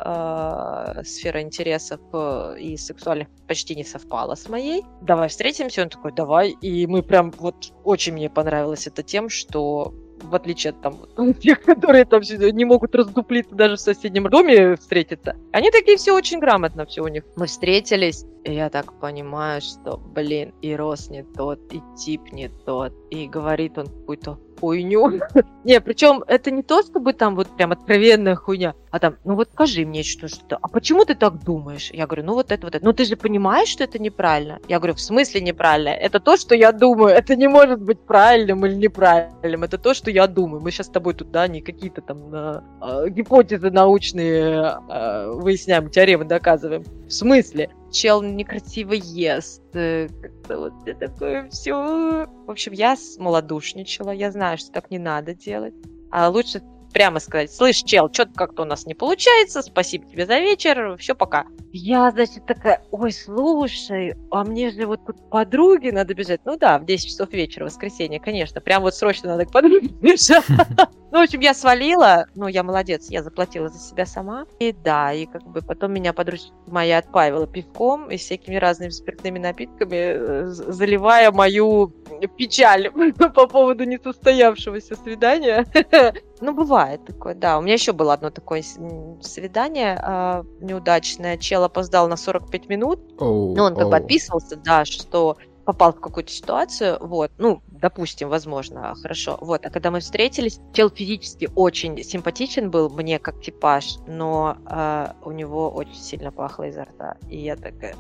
B: сфера интересов и сексуальных почти не совпала с моей. Давай встретимся, он такой, давай. И мы прям вот очень мне понравилось это тем, что в отличие от там тех, которые там не могут раздуплиться даже в соседнем доме встретиться. Они такие все очень грамотно, все у них. Мы встретились, и я так понимаю, что, и рост не тот, и тип не тот, и говорит он какую-то хуйню. Не, причем это не то, чтобы там вот прям откровенная хуйня, а там, ну вот скажи мне что-то, а почему ты так думаешь? Я говорю, ну вот это. Ну ты же понимаешь, что это неправильно? Я говорю, в смысле неправильно? Это то, что я думаю, это не может быть правильным или неправильным, это то, что я думаю. Мы сейчас с тобой тут, да, не какие-то там гипотезы научные выясняем, теоремы доказываем. В смысле? Чел некрасиво ест, как-то вот такое все. В общем, я смолодушничала, я знаю, что так не надо делать. А лучше прямо сказать, слышь, чел, что-то как-то у нас не получается, спасибо тебе за вечер, все, пока. Я, значит, такая, ой, слушай, а мне же вот тут к подруге надо бежать. Ну да, в 10 часов вечера, воскресенье, конечно, прям вот срочно надо к подруге бежать. Ну, в общем, я свалила, я молодец, я заплатила за себя сама. И да, и как бы потом меня подружка моя отпаивала пивком и всякими разными спиртными напитками, заливая мою печаль по поводу несостоявшегося свидания. Ну, бывает такое, да. У меня еще было одно такое свидание неудачное. Чел опоздал на 45 минут. Он как бы отписывался, да, что попал в какую-то ситуацию, вот, допустим, возможно, хорошо, вот, а когда мы встретились, чел физически очень симпатичен был, мне как типаж, но у него очень сильно пахло изо рта, и я такая...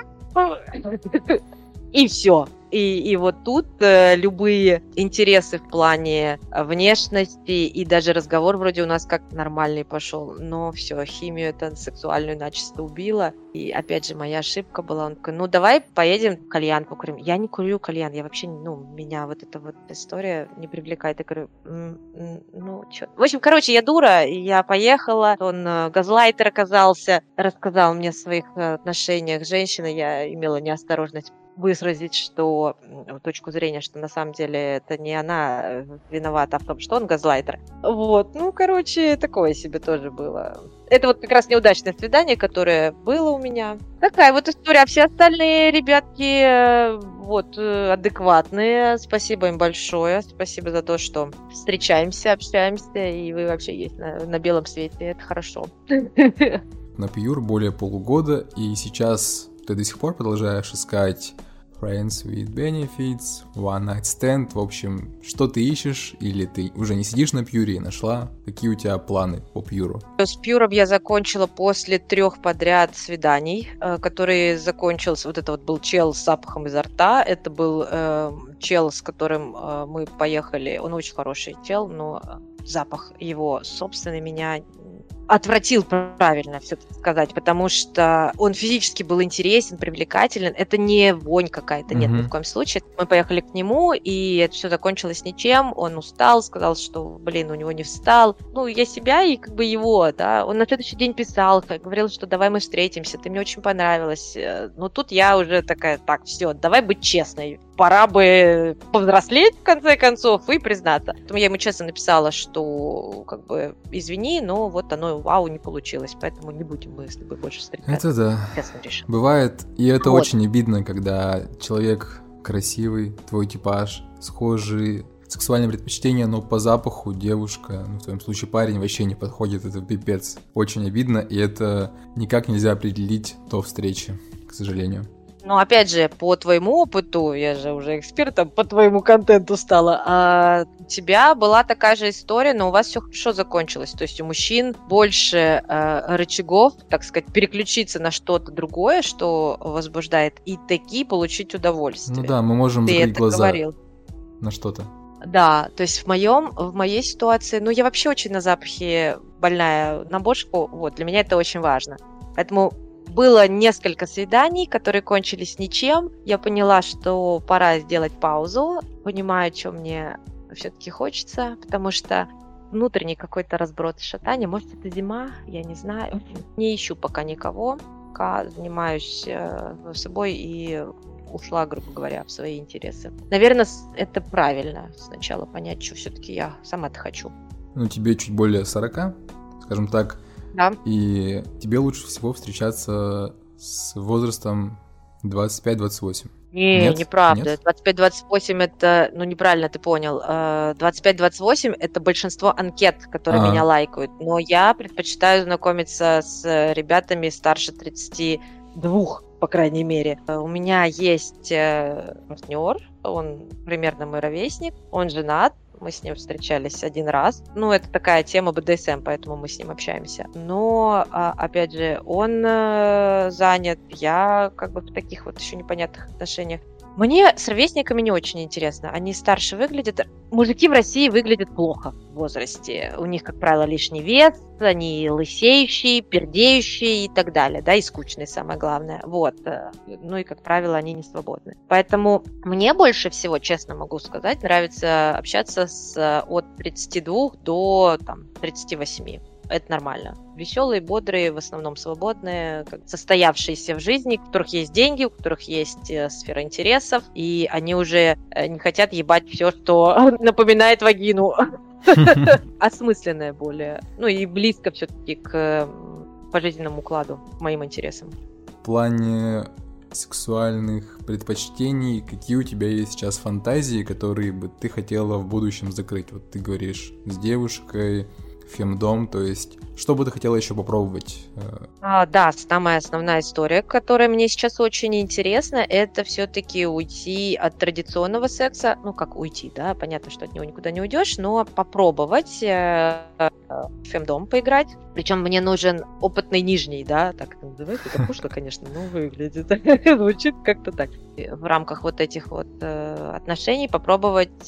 B: И все. И вот тут любые интересы в плане внешности и даже разговор вроде у нас как нормальный пошел, но все, химию это сексуальную начисто убила. И опять же, моя ошибка была. Он такой, давай поедем кальян покурим. Я не курю кальян, я вообще, меня вот эта вот история не привлекает. Я говорю, чё. В общем, я дура, я поехала, он газлайтер оказался, рассказал мне о своих отношениях с женщиной, я имела неосторожность выразить, что точку зрения, что на самом деле это не она виновата в том, что он газлайтер. Вот, такое себе тоже было. Это вот как раз неудачное свидание, которое было у меня. Такая вот история. А все остальные ребятки адекватные. Спасибо им большое. Спасибо за то, что встречаемся, общаемся, и вы вообще есть на белом свете. Это хорошо.
A: На Pure более полугода, и сейчас ты до сих пор продолжаешь искать friends with benefits, one night stand, в общем, что ты ищешь, или ты уже не сидишь на Pure и нашла? Какие у тебя планы по Pure?
B: С Pure я закончила после 3 подряд свиданий, который закончился, вот это вот был чел с запахом изо рта, это был чел, с которым мы поехали, он очень хороший чел, но запах его собственный меня отвратил, правильно все-таки сказать, потому что он физически был интересен, привлекателен. Это не вонь какая-то, нет, ни в коем случае. Мы поехали к нему, и это все закончилось ничем. Он устал, сказал, что, у него не встал. Я себя и как бы его, да. Он на следующий день писал, говорил, что давай мы встретимся, ты мне очень понравилась. Но тут я уже такая, так, все, давай быть честной. пора бы повзрослеть, в конце концов, и признаться. Поэтому я ему честно написала, что, как бы, извини, но вот оно, вау, не получилось, поэтому не будем мы с тобой больше встречаться.
A: Это да.
B: Честно решил.
A: Бывает, и это
B: Вот.
A: очень обидно, когда человек красивый, твой типаж, схожий, сексуальные предпочтения, но по запаху девушка, ну, в твоем случае парень, вообще не подходит, это пипец. Очень обидно, и это никак нельзя определить до встречи, к сожалению.
B: Но опять же, по твоему опыту, я же уже экспертом по твоему контенту стала, а у тебя была такая же история, но у вас все хорошо закончилось. То есть у мужчин больше рычагов, так сказать, переключиться на что-то другое, что возбуждает, и таки получить удовольствие.
A: Ну да, мы можем
B: Ты
A: закрыть
B: это
A: глаза
B: говорил.
A: на что-то.
B: Да, то есть в моей ситуации, ну, я вообще очень на запахе больная на бошку, вот, для меня это очень важно. Поэтому было несколько свиданий, которые кончились ничем. Я поняла, что пора сделать паузу, понимаю, что мне все-таки хочется, потому что внутренний какой-то разброд и шатание, может, это зима, я не знаю, не ищу пока никого, пока занимаюсь собой и ушла, грубо говоря, в свои интересы. Наверное, это правильно сначала понять, что все-таки я сама-то хочу.
A: Ну, тебе чуть более 40, скажем так,
B: Да.
A: и тебе лучше всего встречаться с возрастом 25-28. Нет?
B: Неправда.
A: Нет?
B: 25-28 это, ну, неправильно ты понял. 25-28 это большинство анкет, которые меня лайкают. Но я предпочитаю знакомиться с ребятами старше 32, по крайней мере. У меня есть партнер, он примерно мой ровесник, он женат. Мы с ним встречались один раз. Ну, это такая тема БДСМ, поэтому мы с ним общаемся. Но, опять же, он занят, я как бы в таких вот еще непонятных отношениях. Мне с ровесниками не очень интересно. Они старше выглядят. Мужики в России выглядят плохо в возрасте. У них, как правило, лишний вес, они лысеющие, пердеющие и так далее, да, и скучные, самое главное. Вот. Ну и, как правило, они не свободны. Поэтому мне больше всего, честно могу сказать, нравится общаться от 32 до 38. Это нормально. Веселые, бодрые, в основном свободные, состоявшиеся в жизни, у которых есть деньги, у которых есть сфера интересов, и они уже не хотят ебать все, что напоминает вагину. Осмысленное более. Ну и близко все-таки к пожизненному укладу, к моим интересам.
A: В плане сексуальных предпочтений, какие у тебя есть сейчас фантазии, которые бы ты хотела в будущем закрыть? Вот ты говоришь, с девушкой, фемдом, то есть что бы ты хотела еще попробовать?
B: Да, самая основная история, которая мне сейчас очень интересна, это все-таки уйти от традиционного секса. Ну, как уйти, да, понятно, что от него никуда не уйдешь, но попробовать в фемдом поиграть. Причем мне нужен опытный нижний, да, так это называется, это пошло, конечно, но выглядит, звучит как-то так. В рамках вот этих вот отношений попробовать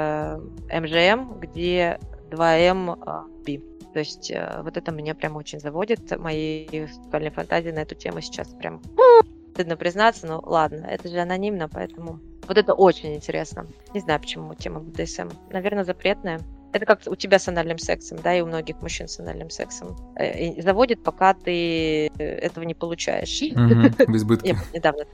B: МЖМ, где 2М Би. То есть вот это меня прям очень заводит. Мои сексуальные фантазии на эту тему сейчас прям стыдно признаться, но ладно, это же анонимно, поэтому вот это очень интересно. Не знаю, почему тема БДСМ. Наверное, запретная. Это как у тебя с анальным сексом, да, и у многих мужчин с анальным сексом. Заводит, пока ты этого не получаешь.
A: В избытке.
B: Я недавно...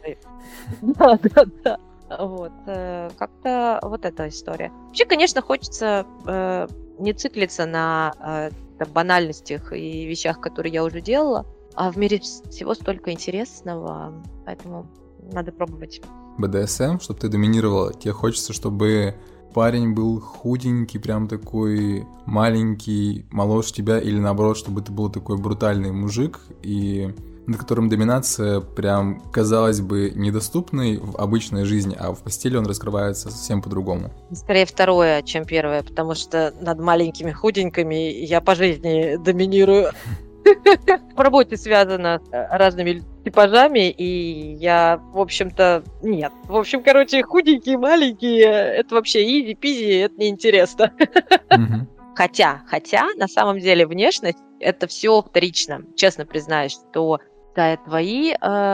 B: Да. Вот. Как-то вот эта история. Вообще, конечно, хочется не циклиться на банальностях и вещах, которые я уже делала, а в мире всего столько интересного, поэтому надо пробовать.
A: БДСМ, чтобы ты доминировала, тебе хочется, чтобы парень был худенький, прям такой маленький, моложе тебя, или наоборот, чтобы ты был такой брутальный мужик, и над которым доминация прям, казалось бы, недоступной в обычной жизни, а в постели он раскрывается совсем по-другому.
B: Скорее второе, чем первое, потому что над маленькими худенькими я по жизни доминирую. По работе связано с разными типажами, и я, в общем-то, нет. В общем, короче, худенькие, маленькие, это вообще изи-пизи, это неинтересно. Хотя, на самом деле, внешность — это все вторично. Честно признаюсь, что да, твои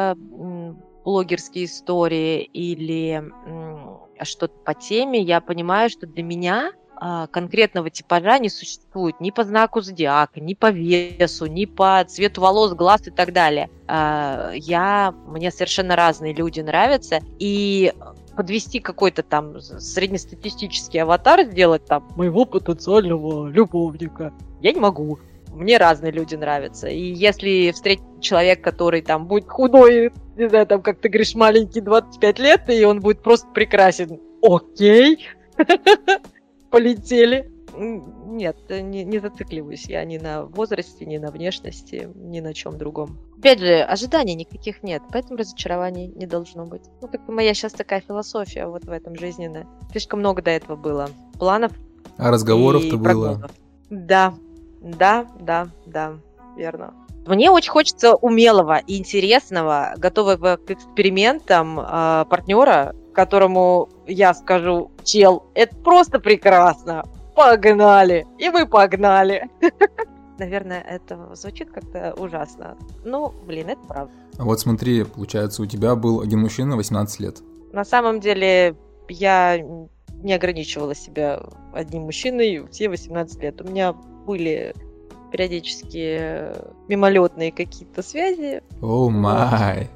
B: блогерские истории или что-то по теме, я понимаю, что для меня конкретного типажа не существует ни по знаку зодиака, ни по весу, ни по цвету волос, глаз и так далее. Мне совершенно разные люди нравятся, и подвести какой-то там среднестатистический аватар, сделать там моего потенциального любовника. Я не могу. Мне разные люди нравятся. И если встретить человек, который там будет худой, не знаю, там, как ты говоришь, маленький, 25 лет, и он будет просто прекрасен. Окей. Полетели. Нет, не зацикливаюсь я ни на возрасте, ни на внешности, ни на чем другом. Опять же, ожиданий никаких нет, поэтому разочарований не должно быть. Ну, как бы моя сейчас такая философия вот в этом жизненная. Слишком много до этого было планов.
A: А разговоров-то было?
B: Да, верно. Мне очень хочется умелого и интересного, готового к экспериментам партнера, которому я скажу: чел, это просто прекрасно, погнали, и мы погнали. Наверное, это звучит как-то ужасно. Ну, блин, это правда.
A: А вот смотри, получается, у тебя был один мужчина 18 лет.
B: На самом деле, я не ограничивала себя одним мужчиной все 18 лет. У меня были периодически мимолетные какие-то связи.
A: О май!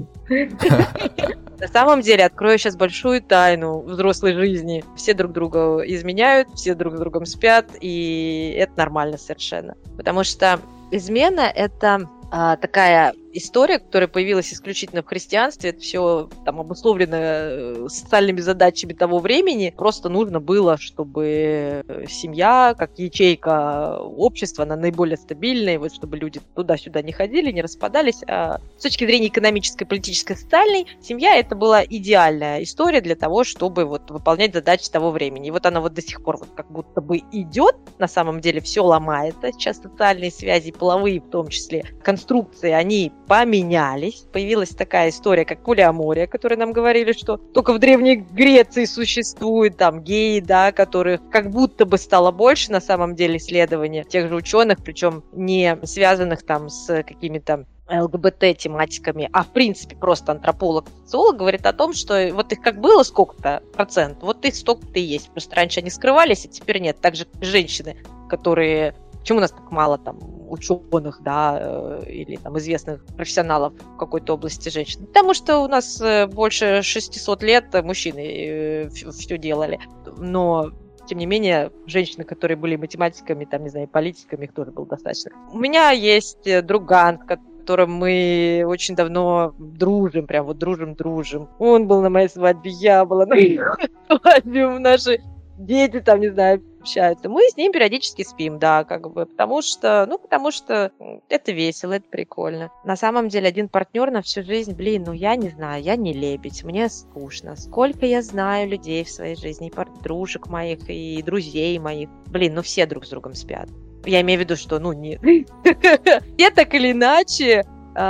B: На самом деле, открою сейчас большую тайну взрослой жизни. Все друг друга изменяют, все друг с другом спят, и это нормально совершенно. Потому что измена — это такая история, которая появилась исключительно в христианстве. Это все там обусловлено социальными задачами того времени. Просто нужно было, чтобы семья, как ячейка общества, она наиболее стабильная, вот, чтобы люди туда-сюда не ходили, не распадались. А с точки зрения экономической, политической, социальной, семья — это была идеальная история для того, чтобы вот выполнять задачи того времени. И вот она вот до сих пор вот как будто бы идет. На самом деле все ломается. Сейчас социальные связи, половые в том числе, конструкции, они поменялись. Появилась такая история, как полиамория, которая нам говорили, что только в Древней Греции существуют там геи, да, которых как будто бы стало больше, на самом деле, исследований тех же ученых, причем не связанных там с какими-то ЛГБТ-тематиками, а в принципе просто антрополог, социолог говорит о том, что вот их как было сколько-то процент, вот их столько-то и есть. Просто раньше они скрывались, а теперь нет. Также женщины, которые... Почему у нас так мало там ученых, да, или там известных профессионалов в какой-то области женщин? Потому что у нас больше 600 лет мужчины все делали. Но, тем не менее, женщины, которые были математиками, там, не знаю, политиками, их тоже было достаточно. У меня есть друган, с которым мы очень давно дружим, прям вот дружим. Он был на моей свадьбе, я была на свадьбе, наши дети там, не знаю, общаются. Мы с ним периодически спим, да, как бы, потому что это весело, это прикольно. На самом деле, один партнер на всю жизнь, блин, я не знаю, я не лебедь, мне скучно. Сколько я знаю людей в своей жизни, и подружек моих, и друзей моих. Блин, все друг с другом спят. Я имею в виду, что, не... Все так или иначе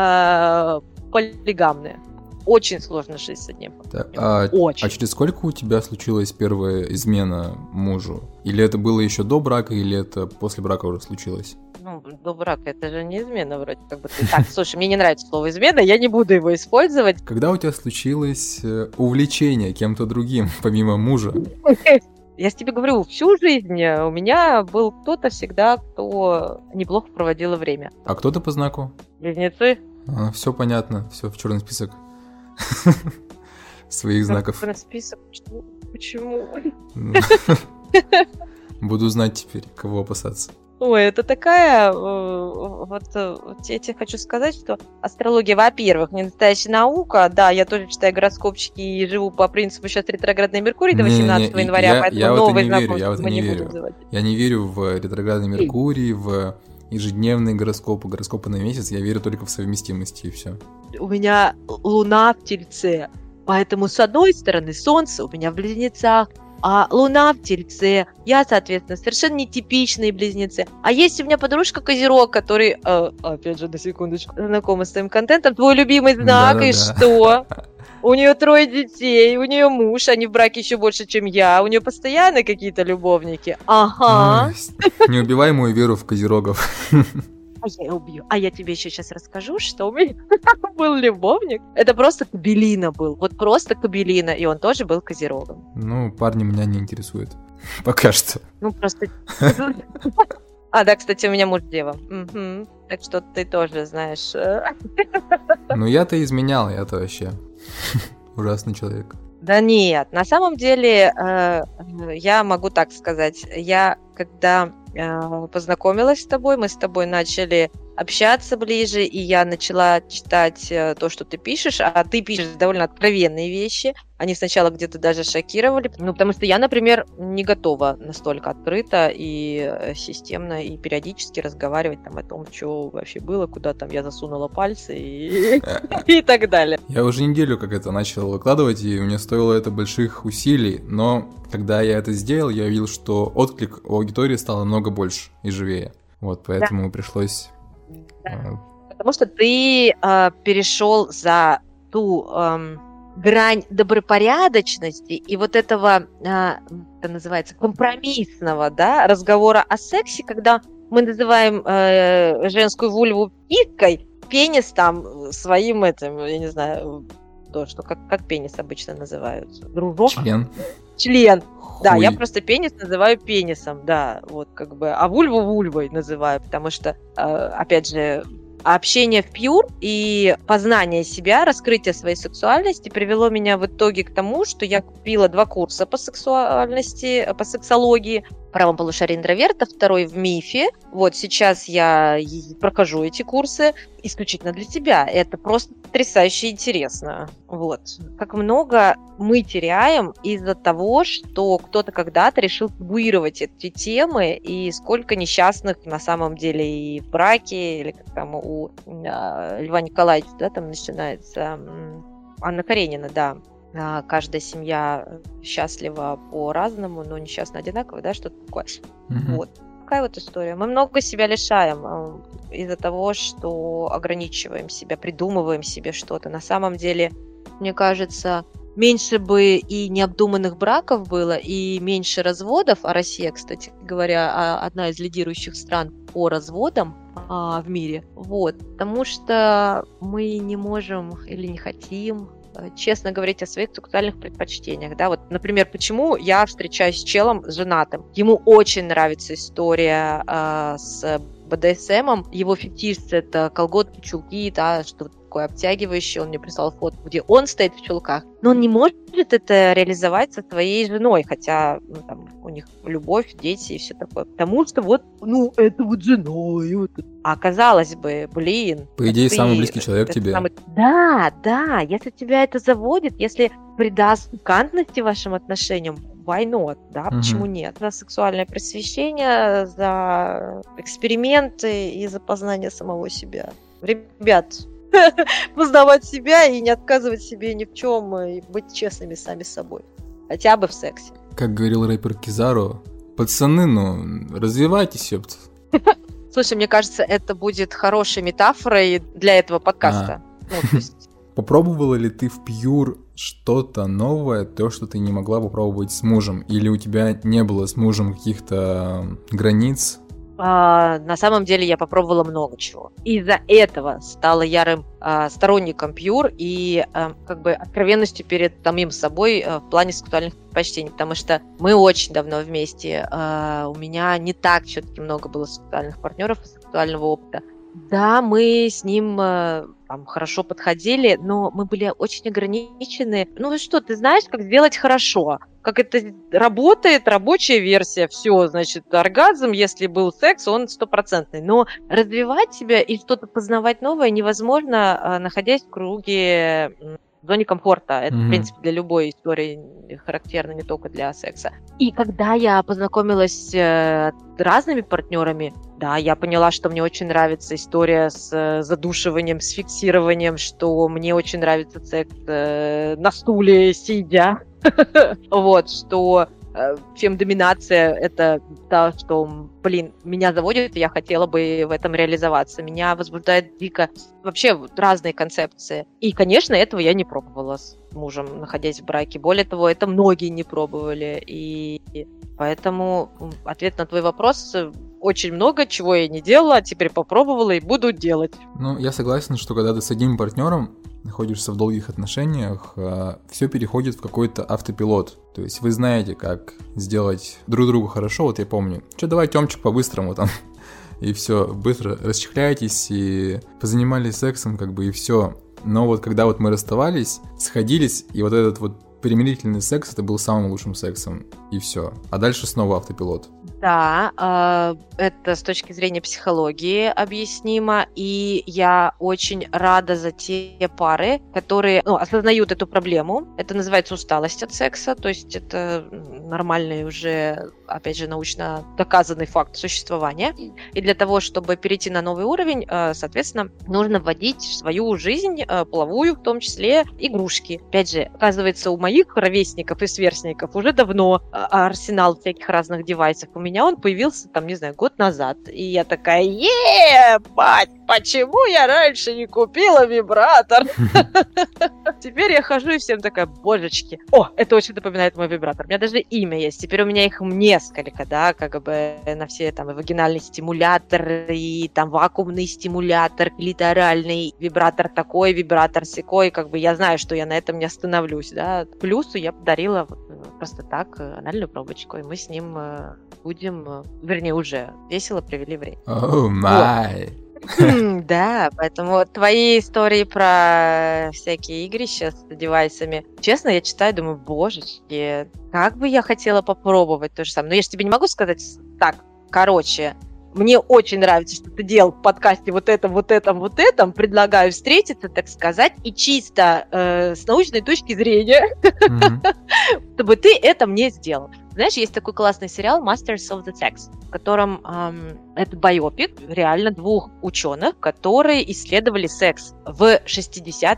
B: полигамные. Очень сложно жить с одним.
A: А через сколько у тебя случилась первая измена мужу? Или это было еще до брака, или это после брака уже случилось?
B: До брака это же не измена вроде как бы. Так, слушай, мне не нравится слово измена, я не буду его использовать.
A: Когда у тебя случилось увлечение кем-то другим, помимо мужа?
B: Я с тебе говорю, всю жизнь у меня был кто-то всегда, кто неплохо проводил время.
A: А кто-то по знаку?
B: Близнецы.
A: Все понятно, все в черный список своих знаков.
B: Черный список? Почему?
A: Буду знать теперь, кого опасаться.
B: Ой, это такая... я тебе хочу сказать, что астрология, во-первых, не настоящая наука. Да, я тоже читаю гороскопчики и живу по принципу сейчас ретроградный Меркурий до 18 января, поэтому новые знакомства мы не будем называть.
A: Я не верю в ретроградный Меркурий, в ежедневные гороскопы на месяц. Я верю только в совместимости, и все.
B: У меня Луна в Тельце, поэтому с одной стороны Солнце у меня в Близнецах, а Луна в Тельце. Я, соответственно, совершенно нетипичные близнецы. А есть у меня подружка Козерог, который, опять же, на секундочку, знакома с твоим контентом, твой любимый знак, да, и что? У нее 3 детей, у нее муж, они в браке еще больше, чем я. У нее постоянно какие-то любовники. Ага.
A: Не убивай мою веру в козерогов.
B: А я ее убью. А я тебе еще сейчас расскажу, что у меня был любовник. Это просто Кобелина был. Вот просто Кобелина. И он тоже был козерогом.
A: Парни меня не интересуют. Пока что.
B: Просто... да, кстати, у меня муж дева. Угу. Так что ты тоже знаешь.
A: Я-то изменял, я-то вообще ужасный человек.
B: Да нет, на самом деле я могу так сказать. Я когда познакомилась с тобой, мы с тобой начали общаться ближе, и я начала читать то, что ты пишешь, а ты пишешь довольно откровенные вещи. Они сначала где-то даже шокировали, потому что я, например, не готова настолько открыто и системно и периодически разговаривать там о том, что вообще было, куда там я засунула пальцы и так далее.
A: Я уже неделю как это начал выкладывать, и мне стоило это больших усилий, но когда я это сделал, я увидел, что отклик у аудитории стал намного больше и живее. Вот, поэтому пришлось...
B: Да. Потому что ты перешел за ту грань добропорядочности и вот этого, это называется, компромиссного, да, разговора о сексе, когда мы называем женскую вульву пиской, пенис там своим этим, я не знаю, то, что как пенис обычно называют. Дружок? Член. Хуй. Да, я просто пенис называю пенисом, да, вот как бы, а вульву вульвой называю, потому что, опять же, общение в Pure и познание себя, раскрытие своей сексуальности привело меня в итоге к тому, что я купила 2 курса по сексуальности, по сексологии, в правом полушарии интроверта, второй в МИФе. Вот сейчас я прохожу эти курсы исключительно для себя. Это просто потрясающе интересно. Вот. Как много мы теряем из-за того, что кто-то когда-то решил табуировать эти темы, и сколько несчастных на самом деле и в браке, или как там у Льва Николаевича, да, там начинается Анна Каренина, да. Каждая семья счастлива по-разному, но несчастно одинаково, да, что-то такое. Вот. Такая вот история. Мы много себя лишаем из-за того, что ограничиваем себя, придумываем себе что-то. На самом деле, мне кажется, меньше бы и необдуманных браков было, и меньше разводов. А Россия, кстати говоря, одна из лидирующих стран по разводам в мире. Вот. Потому что мы не можем или не хотим честно говорить о своих сексуальных предпочтениях, да, вот, например, почему я встречаюсь с челом женатым, ему очень нравится история с БДСМом, его фетиш — это колготки, чулки, да, что такое обтягивающее, он мне прислал фотку, где он стоит в чулках, но он не может это реализовать со своей женой, хотя там, у них любовь, дети и все такое, потому что вот, это вот жена, и вот. А казалось бы, блин.
A: По идее, самый близкий человек тебе.
B: Да, если тебя это заводит, если придаст пикантности вашим отношениям, why not, да, почему нет? За сексуальное просвещение, за эксперименты и за познание самого себя. Ребят, познавать себя и не отказывать себе ни в чем, и быть честными сами с собой. Хотя бы в сексе.
A: Как говорил рэпер Кизару, пацаны, развивайтесь, ёпт.
B: Слушай, мне кажется, это будет хорошей метафорой для этого подкаста.
A: Попробовала ли ты в Pure что-то новое, то, что ты не могла попробовать с мужем? Или у тебя не было с мужем каких-то границ?
B: На самом деле я попробовала много чего. Из-за этого стала ярым сторонником Pure и как бы откровенностью перед самим собой в плане сексуальных предпочтений, потому что мы очень давно вместе. У меня не так все-таки много было сексуальных партнеров и сексуального опыта. Да, мы с ним там хорошо подходили, но мы были очень ограничены. Ну что, ты знаешь, как сделать хорошо? Как это работает, рабочая версия, все, значит, оргазм, если был секс, он 100%. Но развивать себя и что-то познавать новое невозможно, находясь в круге, в зоне комфорта. Это, в принципе, для любой истории характерно, не только для секса. И когда я познакомилась с разными партнерами, да, я поняла, что мне очень нравится история с задушиванием, с фиксированием, что мне очень нравится секс на стуле сидя. Вот, что фемдоминация — это то, что, меня заводит, и я хотела бы в этом реализоваться. Меня возбуждает дико вообще разные концепции. И, конечно, этого я не пробовала с мужем, находясь в браке. Более того, это многие не пробовали. И поэтому ответ на твой вопрос: очень много чего я не делала, а теперь попробовала и буду делать.
A: Ну, я согласен, что когда ты с одним партнером находишься в долгих отношениях, все переходит в какой-то автопилот. То есть вы знаете, как сделать друг другу хорошо. Вот я помню, давай, Тёмчик, по-быстрому там. И все, быстро расчехляетесь и позанимались сексом, как бы, и все. Но вот когда вот мы расставались, сходились, и вот этот вот примирительный секс это был самым лучшим сексом, и все. А дальше снова автопилот.
B: Да, это с точки зрения психологии объяснимо, и я очень рада за те пары, которые осознают эту проблему. Это называется усталость от секса, то есть это нормальный уже, опять же, научно доказанный факт существования. И для того, чтобы перейти на новый уровень, соответственно, нужно вводить в свою жизнь, половую в том числе, игрушки. Опять же, оказывается, у моих ровесников и сверстников уже давно арсенал всяких разных девайсов. У меня он появился, там, не знаю, год назад. И я такая, ебать, почему я раньше не купила вибратор? Теперь я хожу и всем такая, божечки. О, это очень напоминает мой вибратор. У меня даже имя есть. Теперь у меня их несколько, да, как бы на все там и вагинальный стимулятор, и там вакуумный стимулятор, клиторальный вибратор такой, вибратор сякой. Как бы я знаю, что я на этом не остановлюсь, да. Плюсу я подарила просто так анальную пробочку, и мы с ним будем, вернее, уже весело провели время.
A: О май!
B: Да, поэтому твои истории про всякие игрища с девайсами, честно, я читаю, думаю, божечки, как бы я хотела попробовать то же самое. Но я же тебе не могу сказать так, короче, мне очень нравится, что ты делал в подкасте вот этом, предлагаю встретиться, так сказать, и чисто с научной точки зрения, чтобы ты это мне сделал. Знаешь, есть такой классный сериал Masters of the Sex, в котором это байопик реально двух ученых, которые исследовали секс в 50-е,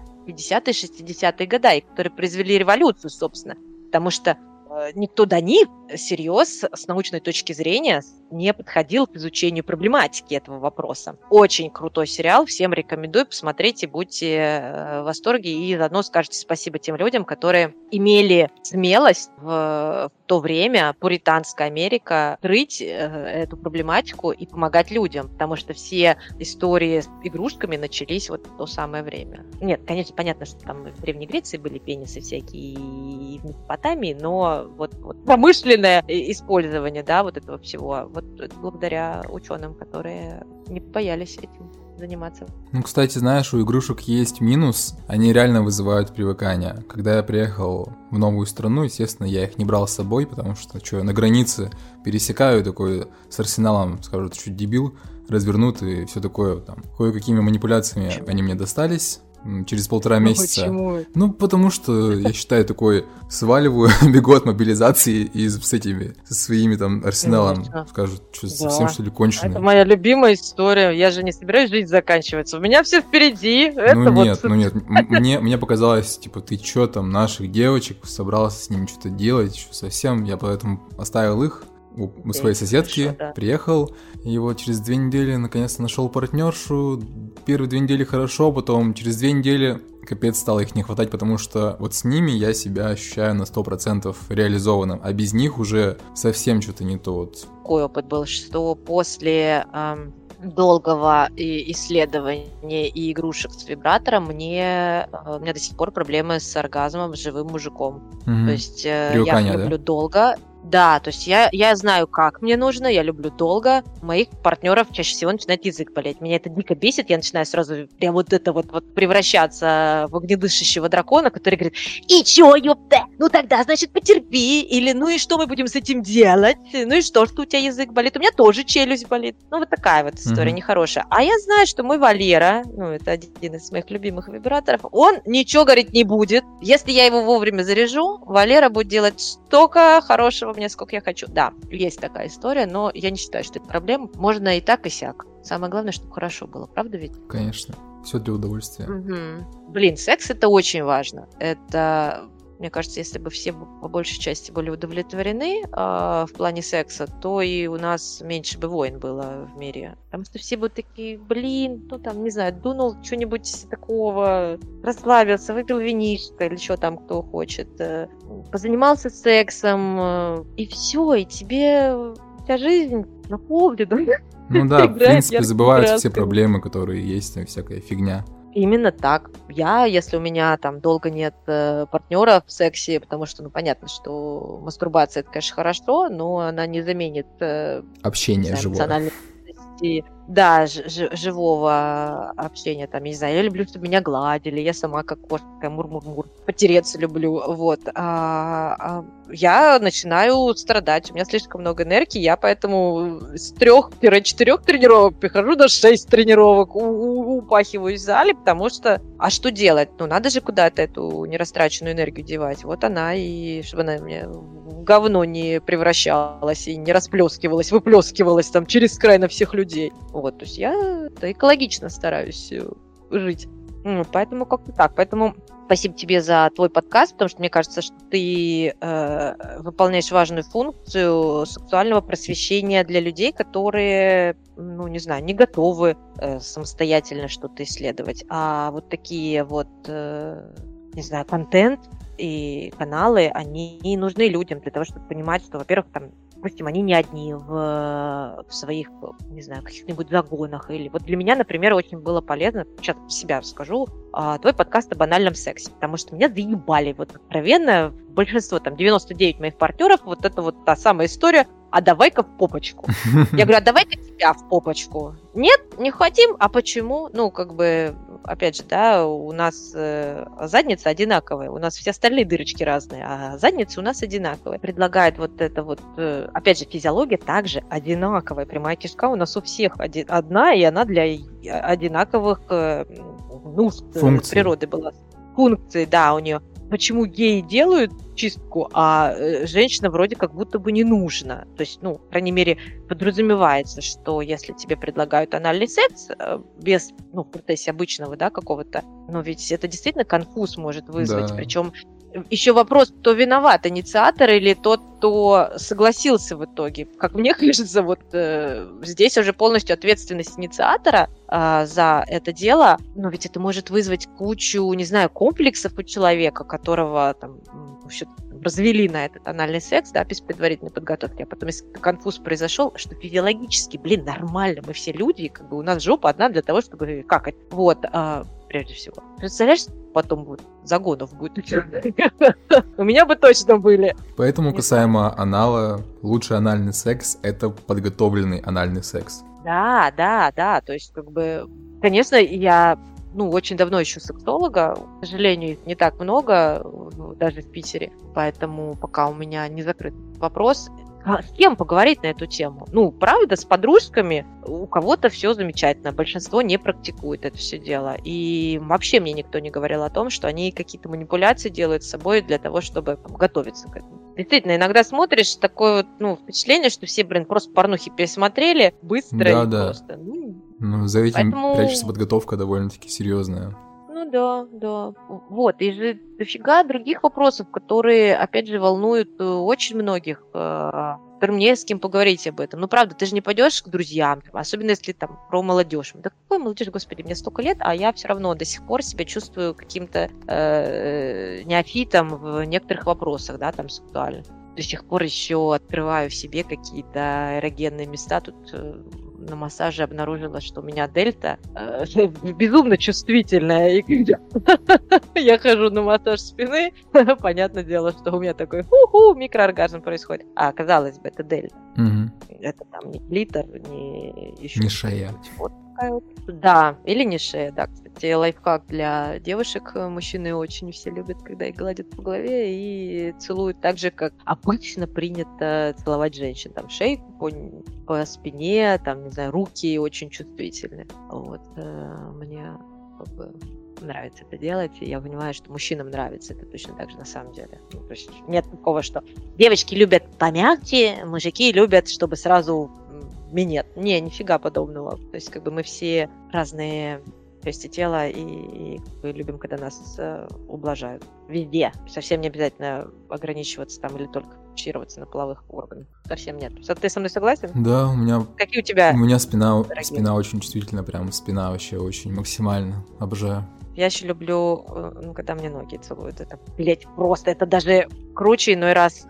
B: 60-е годы, и которые произвели революцию, собственно, потому что никто до них всерьез с научной точки зрения не подходил к изучению проблематики этого вопроса. Очень крутой сериал, всем рекомендую, посмотрите, будьте в восторге и заодно скажете спасибо тем людям, которые имели смелость в то время, пуританская Америка, открыть эту проблематику и помогать людям, потому что все истории с игрушками начались вот в то самое время. Нет, конечно, понятно, что там в Древней Греции были пенисы всякие и в Месопотамии, но вот промышленное использование, да, вот этого всего, вот благодаря ученым, которые не боялись этим заниматься.
A: Ну, кстати, знаешь, у игрушек есть минус, они реально вызывают привыкание. Когда я приехал в новую страну, естественно, я их не брал с собой, потому что на границе пересекаю такой с арсеналом, скажу, ты чуть дебил, развернут и все такое там. Кое-какими манипуляциями
B: Почему?
A: Они мне достались. Через 1,5 месяца.
B: Почему?
A: Ну, потому что, я считаю, такой сваливаю, бегу от мобилизации и со своими там арсеналом скажут, что совсем что ли конченые.
B: Это моя любимая история. Я же не собираюсь жизнь заканчиваться. У меня все впереди.
A: Нет. Мне показалось, типа, ты чё там, наших девочек, собрался с ними что-то делать, что совсем. Я поэтому оставил их у своей соседки, хорошо, да. Приехал, и вот через 2 недели наконец-то нашел партнершу. Первые 2 недели хорошо, потом через 2 недели капец стало их не хватать, потому что вот с ними я себя ощущаю на 100% реализованным, а без них уже совсем что-то не то. Вот.
B: Такой опыт был, что после долгого исследования и игрушек с вибратором у меня до сих пор проблемы с оргазмом с живым мужиком. То есть я люблю долго. Да, то есть я знаю, как мне нужно, я люблю долго. У моих партнеров чаще всего начинает язык болеть. Меня это дико бесит, я начинаю сразу прям вот превращаться в огнедышащего дракона, который говорит: и чё, ёпта? Ну тогда, значит, потерпи. Или ну и что мы будем с этим делать? Ну и что у тебя язык болит? У меня тоже челюсть болит. Ну вот такая вот история нехорошая. А я знаю, что мой Валера, это один из моих любимых вибраторов, он ничего говорить не будет. Если я его вовремя заряжу, Валера будет делать столько хорошего мне, сколько я хочу. Да, есть такая история, но я не считаю, что это проблема. Можно и так, и сяк. Самое главное, чтобы хорошо было, правда ведь?
A: Конечно. Все для удовольствия.
B: Блин, секс — это очень важно. Это, мне кажется, если бы все по большей части были удовлетворены в плане секса, то и у нас меньше бы войн было в мире. Потому что все будут такие, не знаю, дунул что-нибудь такого, расслабился, выпил винишко или что там кто хочет, позанимался сексом, и все, и вся жизнь наполнена.
A: Ну да, в принципе, забываются все проблемы, которые есть, всякая фигня.
B: Именно так. Если у меня там долго нет партнера в сексе, потому что, понятно, что мастурбация — это, конечно, хорошо, но она не заменит
A: общение живое.
B: да, живого общения, там, я не знаю, я люблю, чтобы меня гладили, я сама как кошка, такая мур-мур-мур, потереться люблю, вот. Я начинаю страдать, у меня слишком много энергии, я поэтому с 3-4 тренировок перехожу до 6 тренировок, упахиваюсь в зале, потому что, а что делать? Ну, надо же куда-то эту нерастраченную энергию девать, вот она, и чтобы она мне в говно не превращалась и не расплескивалась, выплескивалась там через край на всех людей. Вот, то есть я экологично стараюсь жить. Поэтому как-то так. Поэтому спасибо тебе за твой подкаст, потому что мне кажется, что ты выполняешь важную функцию сексуального просвещения для людей, которые, ну, не знаю, не готовы самостоятельно что-то исследовать. А вот такие вот, не знаю, контент и каналы, они нужны людям для того, чтобы понимать, что, во-первых, там, допустим, они не одни в своих, не знаю, каких-нибудь загонах. Или вот для меня, например, очень было полезно, сейчас себя расскажу, твой подкаст о банальном сексе, потому что меня заебали, вот откровенно, большинство, там, 99 моих партнеров, вот это вот та самая история, а давай-ка в попочку. Я говорю, а давай-ка тебя в попочку. Нет, не хотим, а почему? Ну, как бы, опять же, да, у нас задница одинаковая, у нас все остальные дырочки разные, а задница у нас одинаковая. Предлагает вот это вот, опять же, физиология также одинаковая. Прямая кишка у нас у всех одна, и она для одинаковых нужд природы была. Функции, да, у нее. Почему геи делают чистку, а женщина вроде как будто бы не нужно. То есть, ну, по крайней мере, подразумевается, что если тебе предлагают анальный секс без, ну, в процессе обычного, да, какого-то, но ведь это действительно конфуз может вызвать. Да. Причем еще вопрос, кто виноват, инициатор или тот, кто согласился в итоге. Как мне кажется, вот здесь уже полностью ответственность инициатора за это дело, но ведь это может вызвать кучу, не знаю, комплексов у человека, которого там вообще развели на этот анальный секс, да, без предварительной подготовки, а потом, если конфуз произошел, что физиологически, нормально, мы все люди, как бы у нас жопа одна для того, чтобы какать. Вот, прежде всего. Представляешь, потом будет загонов будет. У меня бы точно были.
A: Поэтому касаемо анала, лучший анальный секс — это подготовленный анальный секс.
B: Да, то есть, как бы, конечно, я, очень давно ищу сексолога, к сожалению, их не так много, даже в Питере, поэтому пока у меня не закрыт вопрос, с кем поговорить на эту тему? Правда, с подружками у кого-то все замечательно, большинство не практикует это все дело. И вообще мне никто не говорил о том, что они какие-то манипуляции делают с собой для того, чтобы готовиться к этому. Действительно, иногда смотришь, такое вот, впечатление, что все, просто порнухи пересмотрели быстро и просто.
A: За этим прячется подготовка довольно-таки серьезная.
B: Да. Вот, и же дофига других вопросов, которые, опять же, волнуют очень многих, которым не с кем поговорить об этом. Правда, ты же не пойдешь к друзьям, особенно если там про молодежь. Да какой молодежь, господи, мне столько лет, а я все равно до сих пор себя чувствую каким-то неофитом в некоторых вопросах, да, там, сексуально. До сих пор еще открываю в себе какие-то эрогенные места. Тут на массаже обнаружила, что у меня дельта безумно чувствительная. И я хожу на массаж спины, понятное дело, что у меня такой микрооргазм происходит. А казалось бы, это дельта. Это там не клитор, не еще...
A: Не шея.
B: Вот такая вот. Да, или не шея, да. Кстати, лайфхак для девушек. Мужчины очень все любят, когда их гладят по голове и целуют так же, как обычно принято целовать женщин. Там шейку по спине, там, не знаю, руки очень чувствительны. Вот. Мне как бы нравится это делать, и я понимаю, что мужчинам нравится это точно так же на самом деле. То есть нет такого, что девочки любят помягче, мужики любят, чтобы сразу минет. Не, нифига подобного. То есть как бы мы все разные части тела и любим, когда нас ублажают. Везде. Совсем не обязательно ограничиваться там или только фокусироваться на половых органах. Совсем нет. Ты со мной согласен?
A: Да, у меня...
B: Какие у тебя?
A: У меня спина очень чувствительна, прям спина вообще очень максимально. Обожаю.
B: Я еще люблю, когда мне ноги целуют. Это, просто это даже круче иной раз,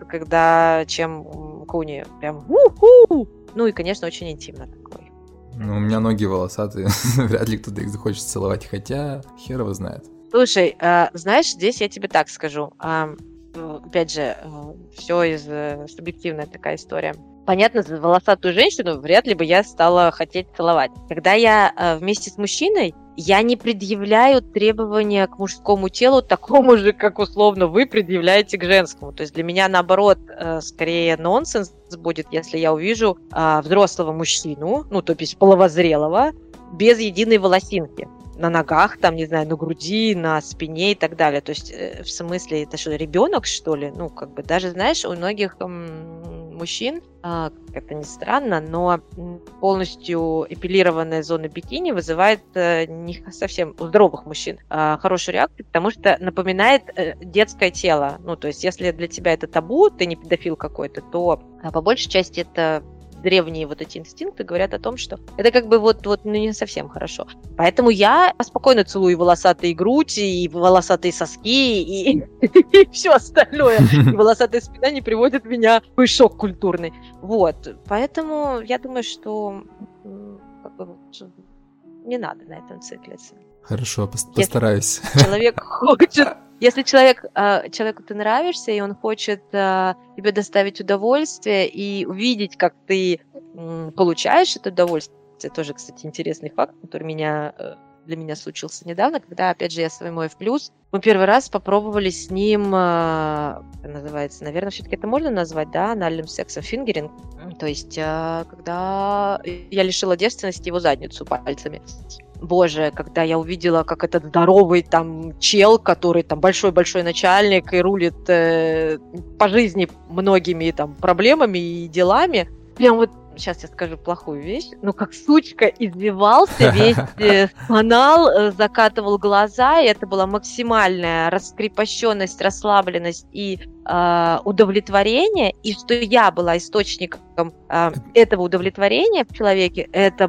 B: чем куни. Прям у-ху! И, конечно, очень интимно такой.
A: У меня ноги волосатые, вряд ли кто-то их захочет целовать, хотя хер его знает.
B: Слушай, знаешь, здесь я тебе так скажу. Опять же, все из субъективная такая история. понятно, за волосатую женщину вряд ли бы я стала хотеть целовать. Когда я вместе с мужчиной, я не предъявляю требования к мужскому телу такому же, как условно вы предъявляете к женскому. То есть для меня, наоборот, скорее нонсенс будет, если я увижу взрослого мужчину, ну, то есть половозрелого, без единой волосинки. На ногах, там, не знаю, на груди, на спине и так далее. То есть, в смысле, это что, ребенок, что ли? Ну, как бы, даже, знаешь, у многих мужчин, как-то не странно, но полностью эпилированная зона бикини вызывает не совсем у здоровых мужчин хорошую реакцию, потому что напоминает детское тело. Ну, то есть, если для тебя это табу, ты не педофил какой-то, то по большей части это древние вот эти инстинкты говорят о том, что это как бы вот не совсем хорошо. Поэтому я спокойно целую и волосатые грудь, и волосатые соски, и все остальное. И волосатая спина не приводит меня в шок культурный. Вот. Поэтому я думаю, что не надо на этом циклиться.
A: Хорошо, постараюсь.
B: Человек хочет... Если человеку ты нравишься, и он хочет тебе доставить удовольствие и увидеть, как ты получаешь это удовольствие, это тоже, кстати, интересный факт, который для меня случился недавно, когда, опять же, я своему F+, мы первый раз попробовали с ним, называется, наверное, все-таки это можно назвать, да, анальным сексом, фингеринг, то есть когда я лишила девственности его задницу пальцами. Боже, когда я увидела, как этот здоровый там чел, который там большой-большой начальник и рулит по жизни многими там проблемами и делами, прям вот, сейчас я скажу плохую вещь, но как сучка извивался, весь стонал, закатывал глаза, и это была максимальная раскрепощенность, расслабленность и удовлетворение, и что я была источником этого удовлетворения в человеке, это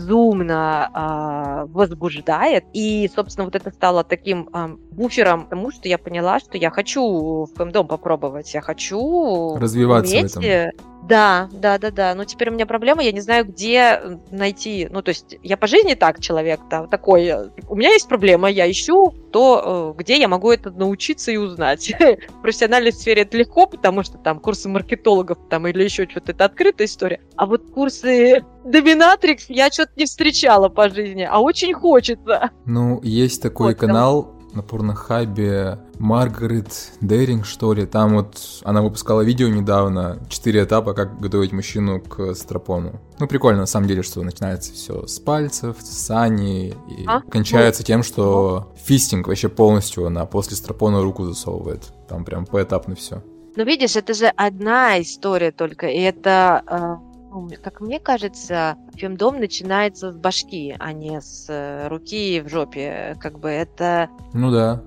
B: безумно возбуждает. И, собственно, вот это стало таким буфером к тому, что я поняла, что я хочу в фемдом попробовать, я хочу
A: развиваться в этом.
B: Да. Но теперь у меня проблема, я не знаю, где найти. Ну, то есть я по жизни так человек, да, такой. У меня есть проблема, я ищу то, где я могу это научиться и узнать. В профессиональной сфере это легко, потому что там курсы маркетологов там или еще что-то, это открытая история. А вот курсы доминатрикс я что-то не встречала по жизни, а очень хочется.
A: Ну, есть такой канал на порнохабе, Маргарет Деринг, что ли. Там вот она выпускала видео недавно, 4 этапа, как готовить мужчину к стропону. Ну, прикольно, на самом деле, что начинается все с пальцев, с сани, и кончается тем, что фистинг вообще полностью она после стропона руку засовывает. Там прям поэтапно все.
B: Ну, видишь, это же одна история только, и это... как мне кажется, фемдом начинается с башки, а не с руки в жопе. Как бы это...
A: Ну да.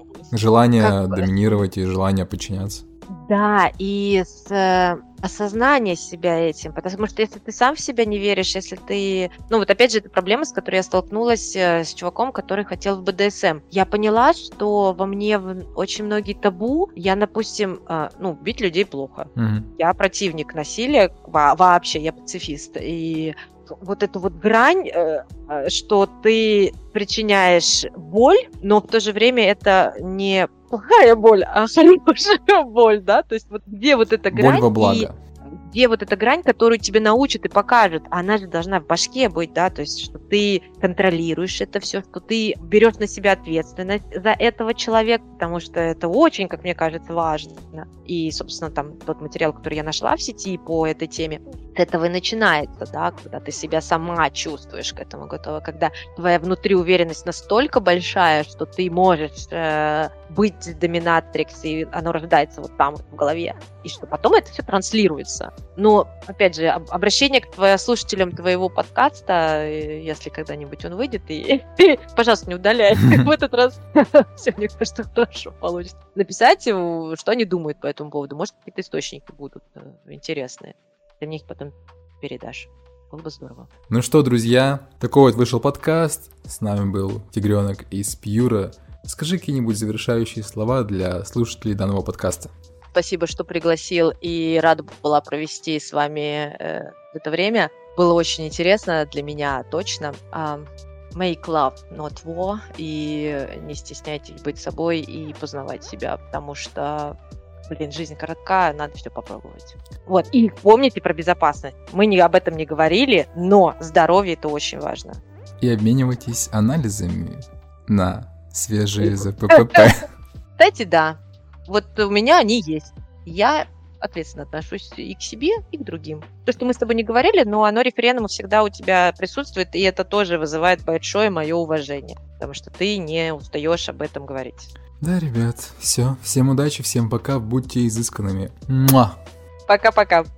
A: Желание доминировать и желание подчиняться.
B: Да, и с осознания себя этим. Потому что если ты сам в себя не веришь, если ты... Ну вот опять же, это проблема, с которой я столкнулась с чуваком, который хотел в БДСМ. Я поняла, что во мне очень многие табу. Я, допустим, бить людей плохо. Я противник насилия вообще, я пацифист. И вот эту вот грань, что ты причиняешь боль, но в то же время это не плохая боль, а хорошая боль, да? То есть вот где вот эта грань?
A: Боль во благо.
B: Где вот эта грань, которую тебе научат и покажут, она же должна в башке быть, да, то есть что ты контролируешь это все, что ты берешь на себя ответственность за этого человека, потому что это очень, как мне кажется, важно. И, собственно, там тот материал, который я нашла в сети по этой теме, с этого и начинается, да, когда ты себя сама чувствуешь к этому готова, когда твоя внутри уверенность настолько большая, что ты можешь быть доминатрикс, и оно рождается вот там вот в голове, и что потом это все транслируется. Но, опять же, обращение к слушателям твоего подкаста, если когда-нибудь он выйдет, и пожалуйста, не удаляй в этот раз. Все, мне кажется, хорошо получится. Написать, что они думают по этому поводу. Может, какие-то источники будут интересные. Ты мне их потом передашь. Было бы здорово.
A: Ну что, друзья, такой вот вышел подкаст. С нами был Тигренок из Пьюра. Скажи какие-нибудь завершающие слова для слушателей данного подкаста.
B: Спасибо, что пригласил, и рада была провести с вами это время. Было очень интересно для меня точно. Make love, not war. И не стесняйтесь быть собой и познавать себя, потому что жизнь коротка, надо все попробовать. Вот, и помните про безопасность. Мы об этом не говорили, но здоровье это очень важно.
A: И обменивайтесь анализами на свежие ЗППП.
B: Кстати, да. Вот у меня они есть. Я ответственно отношусь и к себе, и к другим. То, что мы с тобой не говорили, но оно референдум всегда у тебя присутствует, и это тоже вызывает большое мое уважение, потому что ты не устаешь об этом говорить.
A: Да, ребят, все. Всем удачи, всем пока, будьте изысканными. Муа!
B: Пока-пока.